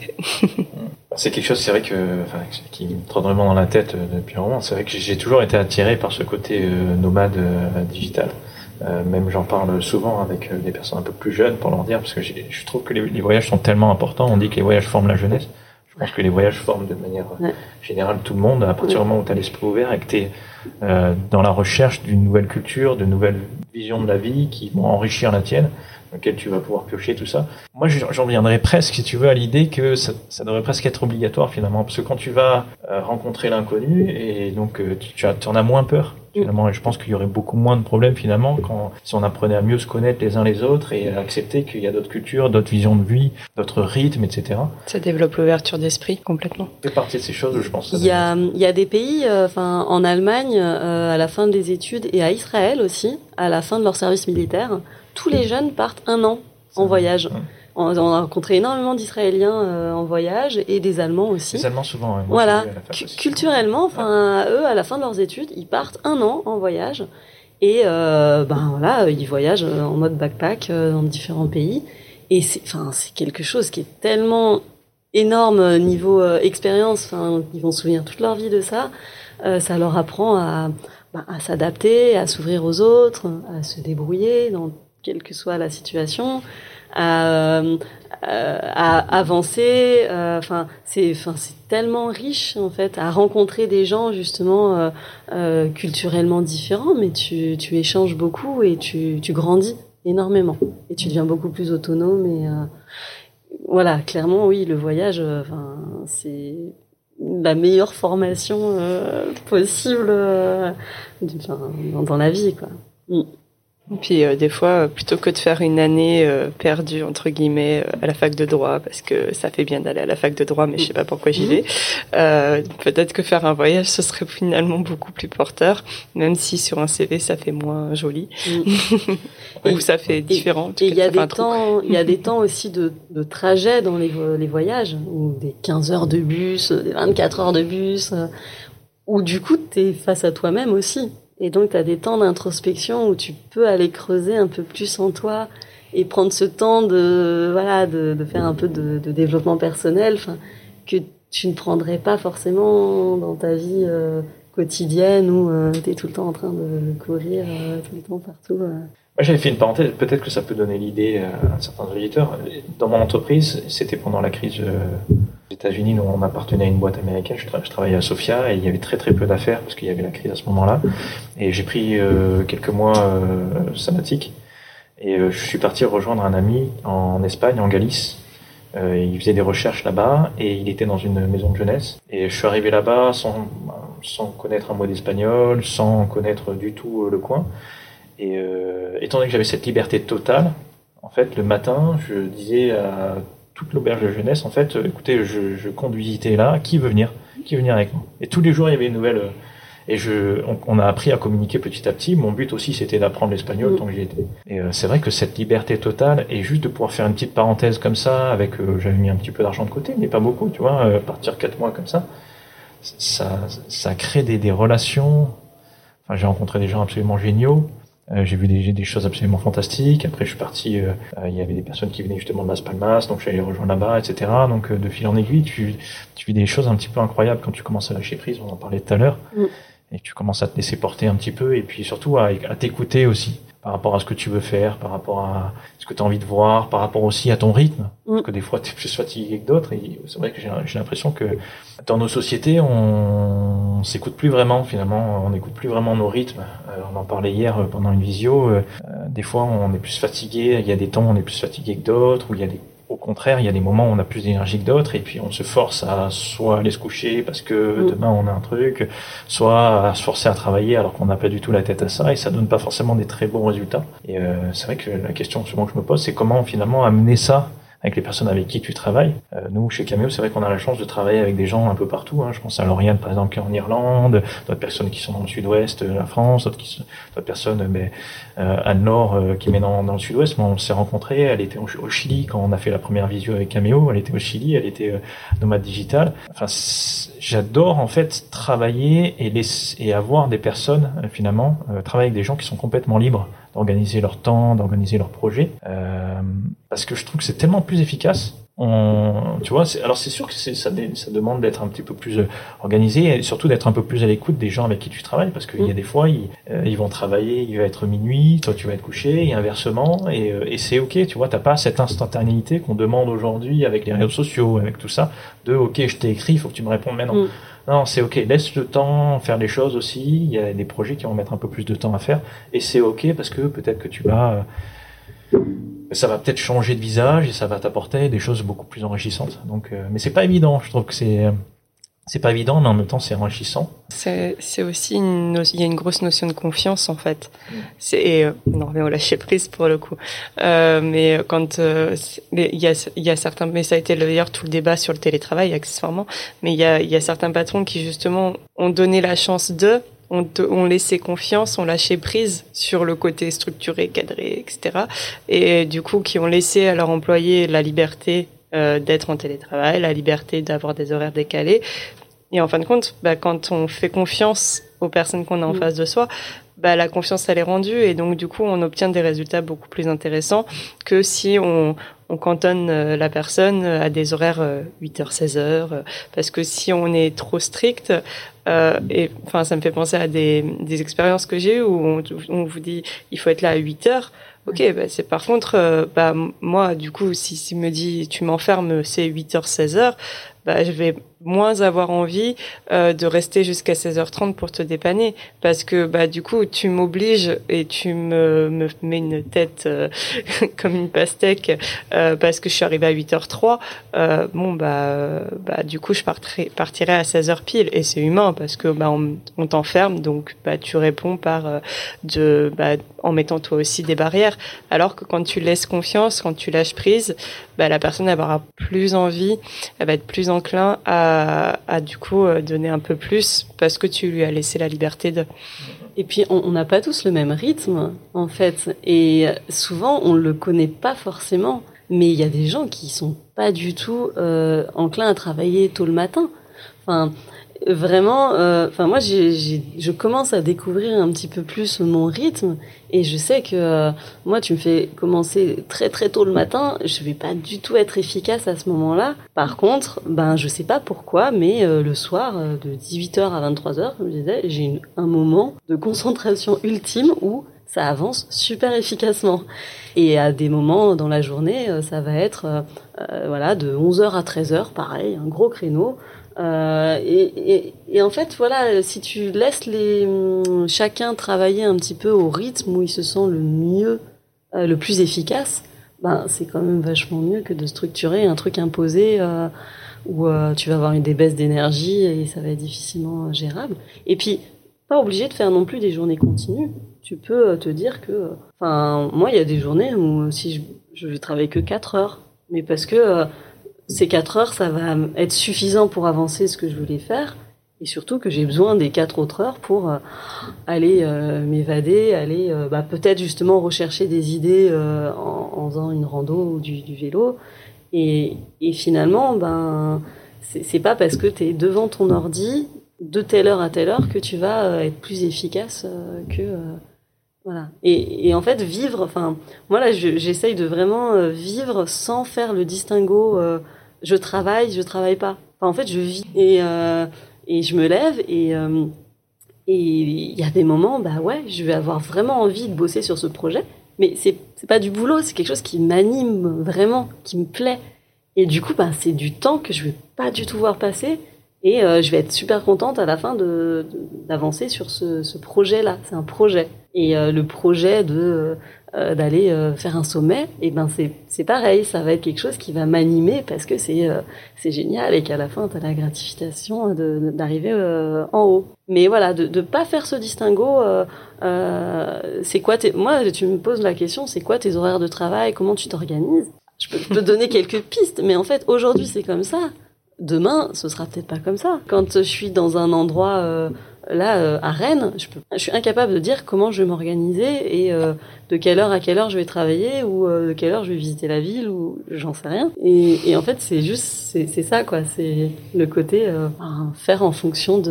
C'est quelque chose, c'est vrai qui me trotte vraiment dans la tête depuis un moment. C'est vrai que j'ai toujours été attiré par ce côté nomade digital. Même j'en parle souvent avec des personnes un peu plus jeunes pour leur dire, parce que je trouve que les voyages sont tellement importants. On dit que les voyages forment la jeunesse. Je pense que les voyages forment de manière générale tout le monde. À partir du moment où tu as l'esprit ouvert et que tu es dans la recherche d'une nouvelle culture, de nouvelles visions de la vie qui vont enrichir la tienne, dans lequel tu vas pouvoir piocher tout ça. Moi, j'en viendrais presque, si tu veux, à l'idée que ça devrait presque être obligatoire finalement, parce que quand tu vas rencontrer l'inconnu, et donc tu en as moins peur. Finalement, et je pense qu'il y aurait beaucoup moins de problèmes finalement si on apprenait à mieux se connaître les uns les autres et à accepter qu'il y a d'autres cultures, d'autres visions de vie, d'autres rythmes, etc. Ça développe l'ouverture d'esprit complètement. C'est partie de ces choses où je pense. Il y a des pays, en Allemagne, à la fin des études, et à Israël aussi, à la fin de leur service militaire, tous les jeunes partent 1 an en voyage. On a rencontré énormément d'Israéliens en voyage et des Allemands aussi. Les Allemands souvent, ouais. Moi, voilà. À la fac aussi. Culturellement, eux, à la fin de leurs études, ils partent 1 an en voyage et ils voyagent en mode backpack dans différents pays. Et c'est quelque chose qui est tellement énorme niveau expérience. Ils vont se souvenir toute leur vie de ça. Ça leur apprend à s'adapter, à s'ouvrir aux autres, à se débrouiller dans quelle que soit la situation. À avancer, c'est tellement riche en fait, à rencontrer des gens justement culturellement différents, mais tu échanges beaucoup et tu grandis énormément et tu deviens beaucoup plus autonome et voilà, clairement oui, le voyage c'est la meilleure formation possible dans la vie quoi. Et puis des fois, plutôt que de faire une année perdue entre guillemets à la fac de droit, parce que ça fait bien d'aller à la fac de droit, mais je sais pas pourquoi j'y vais. Peut-être que faire un voyage, ce serait finalement beaucoup plus porteur, même si sur un CV ça fait moins joli, ou ça fait différent. Et il y a des temps aussi de trajet dans les voyages, ou des 15 heures de bus, des 24 heures de bus, où du coup t'es face à toi-même aussi. Et donc, tu as des temps d'introspection où tu peux aller creuser un peu plus en toi et prendre ce temps de faire un peu de développement personnel, que tu ne prendrais pas forcément dans ta vie quotidienne où tu es tout le temps en train de courir tout le temps partout. Moi, j'avais fait une parenthèse, peut-être que ça peut donner l'idée à certains auditeurs. Dans mon entreprise, c'était pendant la crise aux États-Unis, nous on appartenait à une boîte américaine, je travaillais à Sofia et il y avait très très peu d'affaires parce qu'il y avait la crise à ce moment-là. Et j'ai pris quelques mois sabbatiques et je suis parti rejoindre un ami en Espagne, en Galice. Il faisait des recherches là-bas et il était dans une maison de jeunesse. Et je suis arrivé là-bas sans connaître un mot d'espagnol, sans connaître du tout le coin. Et étant donné que j'avais cette liberté totale, en fait, le matin, je disais à toute l'auberge de jeunesse, en fait, écoutez, je compte visiter là, qui veut venir avec moi? Et tous les jours, il y avait une nouvelle... Et on a appris à communiquer petit à petit. Mon but aussi, c'était d'apprendre l'espagnol tant que j'y étais. Et c'est vrai que cette liberté totale, et juste de pouvoir faire une petite parenthèse comme ça, avec j'avais mis un petit peu d'argent de côté, mais pas beaucoup, tu vois, partir 4 mois comme ça, ça crée des relations. Enfin, j'ai rencontré des gens absolument géniaux. J'ai vu des choses absolument fantastiques. Après, je suis parti. Il y avait des personnes qui venaient justement de Las Palmas, donc je suis allé rejoindre là-bas, etc. Donc, de fil en aiguille, tu vis des choses un petit peu incroyables quand tu commences à lâcher prise. On en parlait tout à l'heure, et tu commences à te laisser porter un petit peu, et puis surtout à t'écouter aussi par rapport à ce que tu veux faire, par rapport à ce que tu as envie de voir, par rapport aussi à ton rythme. Parce que des fois, tu es plus fatigué que d'autres. Et c'est vrai que j'ai l'impression que dans nos sociétés, on s'écoute plus vraiment, finalement. On n'écoute plus vraiment nos rythmes. On en parlait hier pendant une visio. Des fois, on est plus fatigué. Il y a des temps où on est plus fatigué que d'autres. Au contraire, il y a des moments où on a plus d'énergie que d'autres. Et puis, on se force à soit aller se coucher parce que demain, on a un truc, soit à se forcer à travailler alors qu'on n'a pas du tout la tête à ça. Et ça donne pas forcément des très bons résultats. Et c'est vrai que la question souvent que je me pose, c'est comment finalement amener ça avec les personnes avec qui tu travailles. Nous, chez Cameo, c'est vrai qu'on a la chance de travailler avec des gens un peu partout. Je pense à Lauriane, par exemple, qui est en Irlande, d'autres personnes qui sont dans le sud-ouest de la France, d'autres personnes Anne-Laure qui est dans le sud-ouest. On s'est rencontrés, elle était au Chili quand on a fait la première visio avec Cameo. Elle était au Chili, elle était nomade digital. Enfin, j'adore en fait travailler et avoir des personnes, finalement, travailler avec des gens qui sont complètement libres d'organiser leur temps, d'organiser leurs projets, parce que je trouve que c'est tellement plus efficace. Tu vois, alors c'est sûr que ça demande d'être un petit peu plus organisé et surtout d'être un peu plus à l'écoute des gens avec qui tu travailles, parce qu'il y a des fois ils vont travailler, il va être minuit, toi tu vas être couché et inversement, et c'est ok, tu vois, t'as pas cette instantanéité qu'on demande aujourd'hui avec les réseaux sociaux, avec tout ça, de ok, je t'ai écrit, il faut que tu me répondes maintenant. Non, c'est ok, laisse le temps faire les choses aussi. Il y a des projets qui vont mettre un peu plus de temps à faire, et c'est ok parce que peut-être que ça va peut-être changer de visage et ça va t'apporter des choses beaucoup plus enrichissantes. Donc, mais c'est pas évident. Je trouve que c'est pas évident, mais en même temps c'est enrichissant. C'est aussi il y a une grosse notion de confiance en fait. On revient au lâcher prise pour le coup. Mais quand il y a certains, mais ça a été d'ailleurs tout le débat sur le télétravail accessoirement. Mais il y a certains patrons qui justement ont donné la chance on laissait confiance, on lâchait prise sur le côté structuré, cadré, etc. Et du coup, qui ont laissé à leurs employés la liberté d'être en télétravail, la liberté d'avoir des horaires décalés. Et en fin de compte, quand on fait confiance aux personnes qu'on a en face de soi, la confiance, elle est rendue. Et donc, du coup, on obtient des résultats beaucoup plus intéressants que si on cantonne la personne à des horaires 8h, 16h. Parce que si on est trop strict, ça me fait penser à des expériences que j'ai eu où on vous dit il faut être là à 8h. Ok, c'est par contre, moi, du coup, si me dit tu m'enfermes, c'est 8h, 16h, je vais moins avoir envie de rester jusqu'à 16h30 pour te dépanner, parce que du coup tu m'obliges et tu me mets une tête comme une pastèque parce que je suis arrivée à 8h03. Du coup je partirai à 16h pile, et c'est humain parce que on t'enferme, donc tu réponds en mettant toi aussi des barrières, alors que quand tu laisses confiance, quand tu lâches prise, la personne elle aura plus envie, elle va être plus enclin à du coup donner un peu plus parce que tu lui as laissé la liberté de... Et puis on n'a pas tous le même rythme en fait, et souvent on le connaît pas forcément, mais il y a des gens qui sont pas du tout enclins à travailler tôt le matin. Enfin vraiment, moi je commence à découvrir un petit peu plus mon rythme, et je sais que moi tu me fais commencer très très tôt le matin, je vais pas du tout être efficace à ce moment-là. Par contre, je sais pas pourquoi, mais le soir de 18h à 23h, comme je disais, j'ai un moment de concentration ultime où ça avance super efficacement. Et à des moments dans la journée, ça va être de 11h à 13h, pareil, un gros créneau. Et en fait, voilà, si tu laisses chacun travailler un petit peu au rythme où il se sent le mieux, le plus efficace, c'est quand même vachement mieux que de structurer un truc imposé où tu vas avoir des baisses d'énergie et ça va être difficilement gérable. Et puis, pas obligé de faire non plus des journées continues. Tu peux te dire que, moi, il y a des journées où si je vais travailler que 4 heures, mais parce que ces 4 heures, ça va être suffisant pour avancer ce que je voulais faire, et surtout que j'ai besoin des 4 autres heures pour aller m'évader, aller peut-être justement rechercher des idées en faisant une rando ou du vélo. Et finalement, c'est pas parce que tu es devant ton ordi de telle heure à telle heure que tu vas être plus efficace que... Voilà. Et en fait, vivre, moi là, j'essaye de vraiment vivre sans faire le distinguo je travaille pas. En fait, je vis et je me lève et il y a des moments, je vais avoir vraiment envie de bosser sur ce projet, mais c'est pas du boulot, c'est quelque chose qui m'anime vraiment, qui me plaît. Et du coup, c'est du temps que je vais pas du tout voir passer. Et je vais être super contente à la fin d'avancer sur ce projet-là. C'est un projet. Et le projet d'aller faire un sommet, c'est pareil. Ça va être quelque chose qui va m'animer parce que c'est génial et qu'à la fin, tu as la gratification d'arriver en haut. Mais voilà, de pas faire ce distinguo. C'est quoi moi, tu me poses la question, c'est quoi tes horaires de travail? Comment tu t'organises? Je peux te donner quelques pistes, mais en fait, aujourd'hui, c'est comme ça. Demain, ce sera peut-être pas comme ça. Quand je suis dans un endroit à Rennes, je suis incapable de dire comment je vais m'organiser et de quelle heure à quelle heure je vais travailler ou de quelle heure je vais visiter la ville ou j'en sais rien. Et en fait, c'est ça quoi. C'est le côté faire en fonction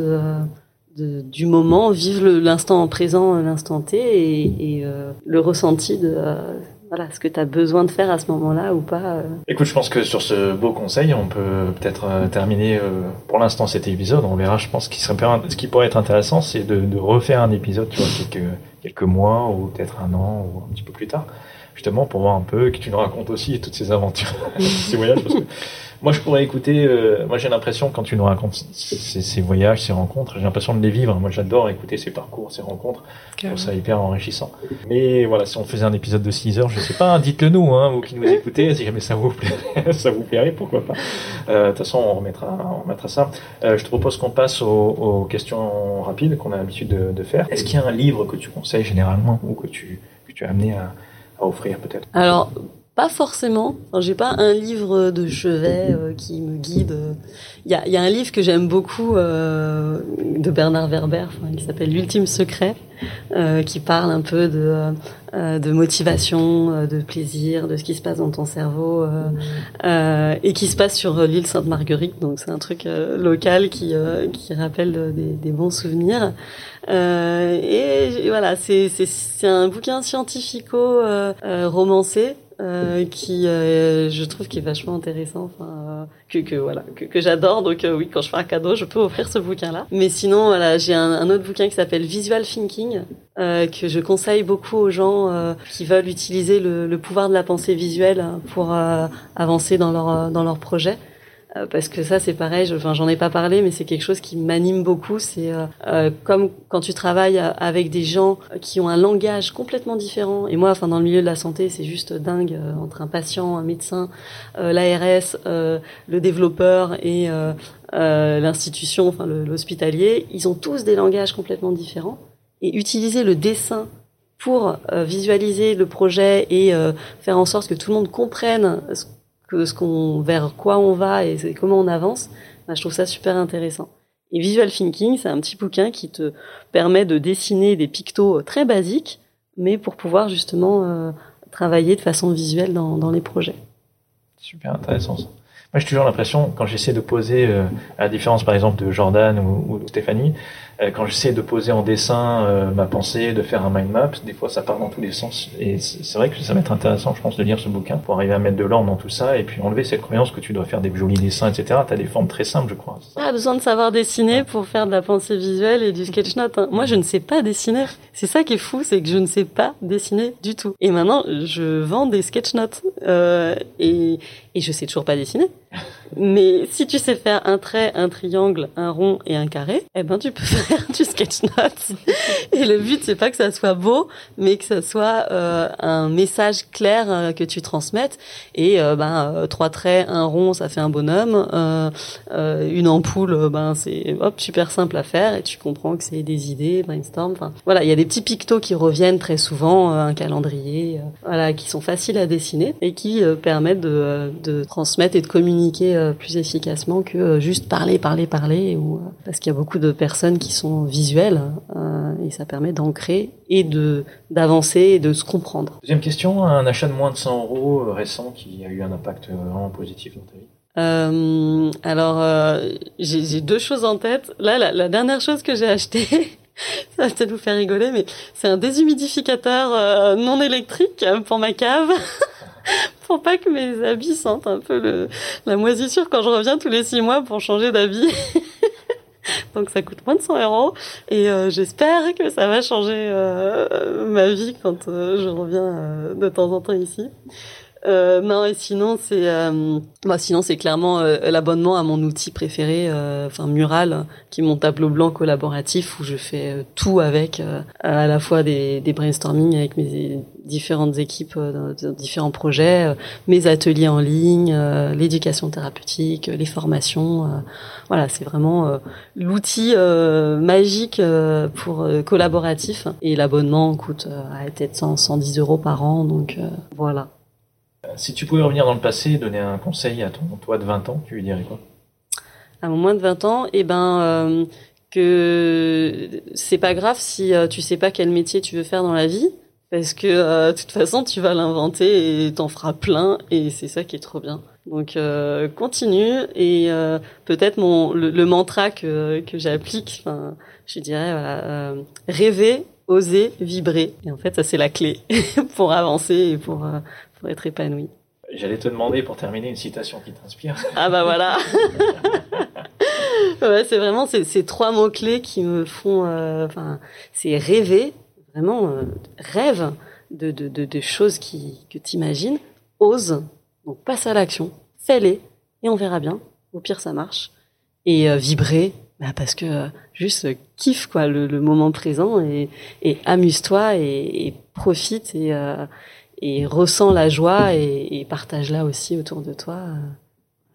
du moment, vivre l'instant présent, l'instant T et le ressenti de ce que tu as besoin de faire à ce moment-là ou pas. Écoute, je pense que sur ce beau conseil, on peut peut-être terminer pour l'instant cet épisode. On verra, je pense, ce qui pourrait être intéressant, c'est de refaire un épisode, tu vois, quelques mois ou peut-être un an ou un petit peu plus tard, justement pour voir un peu, que tu nous racontes aussi toutes ces aventures, ces voyages, parce que moi je pourrais écouter, moi j'ai l'impression quand tu nous racontes ces voyages, ces rencontres, j'ai l'impression de les vivre. Moi j'adore écouter ces parcours, ces rencontres. Je trouve ça hyper enrichissant. Mais voilà, si on faisait un épisode de 6 heures, je sais pas, dites-le nous, vous qui nous écoutez, si jamais ça vous plairait, pourquoi pas. De toute façon, on remettra ça. Je te propose qu'on passe aux questions rapides qu'on a l'habitude de faire. Est-ce qu'il y a un livre que tu conseilles généralement ou que tu as amené à offrir peut-être? Alors, pas forcément. Enfin, j'ai pas un livre de chevet qui me guide. Il y a un livre que j'aime beaucoup de Bernard Werber, qui s'appelle L'ultime secret, qui parle un peu de motivation, de plaisir, de ce qui se passe dans ton cerveau, et qui se passe sur l'île Sainte-Marguerite. Donc c'est un truc local qui rappelle des bons souvenirs. Et voilà, c'est un bouquin scientifico romancé. Qui je trouve qui est vachement intéressant, que j'adore. Donc oui, quand je fais un cadeau, je peux offrir ce bouquin-là. Mais sinon, voilà, j'ai un autre bouquin qui s'appelle Visual Thinking, que je conseille beaucoup aux gens qui veulent utiliser le pouvoir de la pensée visuelle pour avancer dans leur projet. Parce que ça, c'est pareil, j'en ai pas parlé, mais c'est quelque chose qui m'anime beaucoup. C'est comme quand tu travailles avec des gens qui ont un langage complètement différent. Et moi, dans le milieu de la santé, c'est juste dingue, entre un patient, un médecin, l'ARS, le développeur et l'institution, l'hospitalier. Ils ont tous des langages complètement différents. Et utiliser le dessin pour visualiser le projet et faire en sorte que tout le monde comprenne vers quoi on va et comment on avance, je trouve ça super intéressant. Et Visual Thinking, c'est un petit bouquin qui te permet de dessiner des pictos très basiques, mais pour pouvoir justement travailler de façon visuelle dans les projets. Super intéressant ça. Moi, j'ai toujours l'impression, quand j'essaie de poser, à la différence par exemple de Jordan ou de Stéphanie, quand j'essaie de poser en dessin ma pensée, de faire un mind map, des fois ça part dans tous les sens. Et c'est vrai que ça va être intéressant, je pense, de lire ce bouquin pour arriver à mettre de l'ordre dans tout ça et puis enlever cette croyance que tu dois faire des jolis dessins, etc. T'as des formes très simples, je crois. Pas besoin de savoir dessiner pour faire de la pensée visuelle et du sketch note. Moi, je ne sais pas dessiner. C'est ça qui est fou, c'est que je ne sais pas dessiner du tout. Et maintenant, je vends des sketch notes et je sais toujours pas dessiner. Mais si tu sais faire un trait, un triangle, un rond et un carré, tu peux faire du sketch note. Et le but, c'est pas que ça soit beau, mais que ça soit un message clair que tu transmettes. Et 3 traits, un rond, ça fait un bonhomme. Une ampoule, c'est super simple à faire et tu comprends que c'est des idées, brainstorm. Voilà, il y a des petits pictos qui reviennent très souvent, un calendrier, qui sont faciles à dessiner et qui permettent de transmettre et de communiquer plus efficacement que juste parler, parce qu'il y a beaucoup de personnes qui sont visuelles et ça permet d'ancrer et d'avancer et de se comprendre. Deuxième question, un achat de moins de 100 € récent qui a eu un impact vraiment positif dans ta vie? J'ai 2 choses en tête. Là, la dernière chose que j'ai achetée, ça va peut-être vous faire rigoler, mais c'est un déshumidificateur non électrique pour ma cave. Pour pas que mes habits sentent un peu la moisissure quand je reviens tous les 6 mois pour changer d'habit. Donc ça coûte moins de 100 € et j'espère que ça va changer ma vie quand je reviens de temps en temps ici. Non, et sinon c'est clairement l'abonnement à mon outil préféré, Mural, qui est mon tableau blanc collaboratif où je fais tout avec à la fois des brainstorming avec mes différentes équipes de différents projets, mes ateliers en ligne, l'éducation thérapeutique, les formations. Voilà, c'est vraiment l'outil magique pour collaboratif. Et l'abonnement coûte peut-être 110 € par an, donc voilà. Si tu pouvais revenir dans le passé et donner un conseil à ton toi de 20 ans, tu lui dirais quoi? À mon moins de 20 ans, que c'est pas grave si tu sais pas quel métier tu veux faire dans la vie, parce que de toute façon tu vas l'inventer et t'en feras plein et c'est ça qui est trop bien. Donc continue et peut-être le mantra que j'applique, je dirais rêver, oser, vibrer. Et en fait ça c'est la clé pour avancer et pour être épanoui. J'allais te demander pour terminer une citation qui t'inspire. Ah bah voilà. Ouais, c'est vraiment ces 3 mots-clés qui me font... c'est rêver, vraiment rêve de choses que t'imagines, ose, donc passe à l'action, fais-les, et on verra bien, au pire ça marche. Et vibrer, parce que juste kiffe le moment présent et amuse-toi et profite et ressens la joie et partage-la aussi autour de toi. Il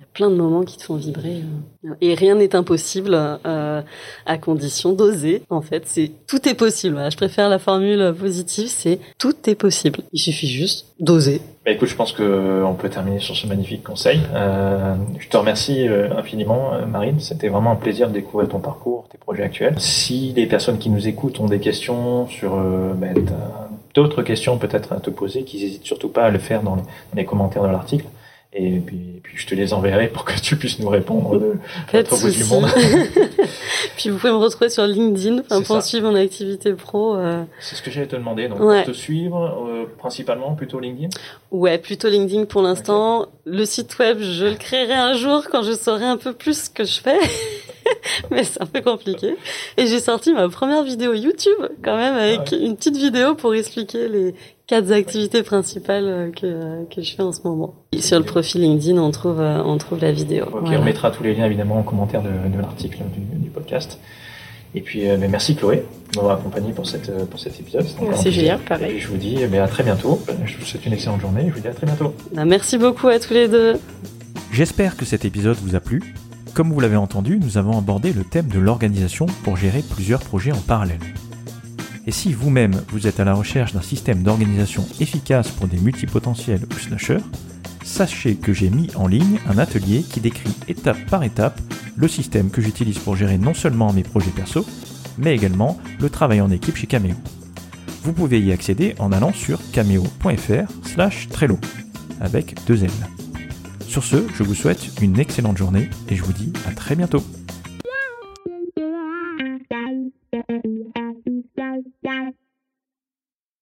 Il y a plein de moments qui te font vibrer. Et rien n'est impossible à condition d'oser. En fait, tout est possible. Voilà, je préfère la formule positive, c'est tout est possible. Il suffit juste d'oser. Bah écoute, je pense qu'on peut terminer sur ce magnifique conseil. Je te remercie infiniment, Marine. C'était vraiment un plaisir de découvrir ton parcours, tes projets actuels. Si les personnes qui nous écoutent ont des questions sur d'autres questions peut-être à te poser, qu'ils n'hésitent surtout pas à le faire dans les commentaires de l'article. Et puis je te les enverrai pour que tu puisses nous répondre de l'autre bout du monde. Puis vous pouvez me retrouver sur LinkedIn pour suivre mon activité pro. C'est ce que j'allais te demander. Donc pour te suivre, principalement plutôt LinkedIn. Ouais, plutôt LinkedIn pour l'instant. Okay. Le site web, je le créerai un jour quand je saurai un peu plus ce que je fais. Mais c'est un peu compliqué. Et j'ai sorti ma première vidéo YouTube quand même avec une petite vidéo pour expliquer les 4 activités principales que je fais en ce moment. Et sur le profil LinkedIn, on trouve la vidéo. Ok, voilà. On mettra tous les liens évidemment en commentaire de l'article du podcast. Et puis merci Chloé de m'avoir accompagné pour cet épisode. Merci Julien, pareil. Et je vous dis à très bientôt. Je vous souhaite une excellente journée. Je vous dis à très bientôt. Merci beaucoup à tous les deux. J'espère que cet épisode vous a plu. Comme vous l'avez entendu, nous avons abordé le thème de l'organisation pour gérer plusieurs projets en parallèle. Et si vous-même, vous êtes à la recherche d'un système d'organisation efficace pour des multipotentiels ou slashers, sachez que j'ai mis en ligne un atelier qui décrit étape par étape le système que j'utilise pour gérer non seulement mes projets perso, mais également le travail en équipe chez Cameo. Vous pouvez y accéder en allant sur cameo.fr/Trello, avec 2 L. Sur ce, je vous souhaite une excellente journée et je vous dis à très bientôt.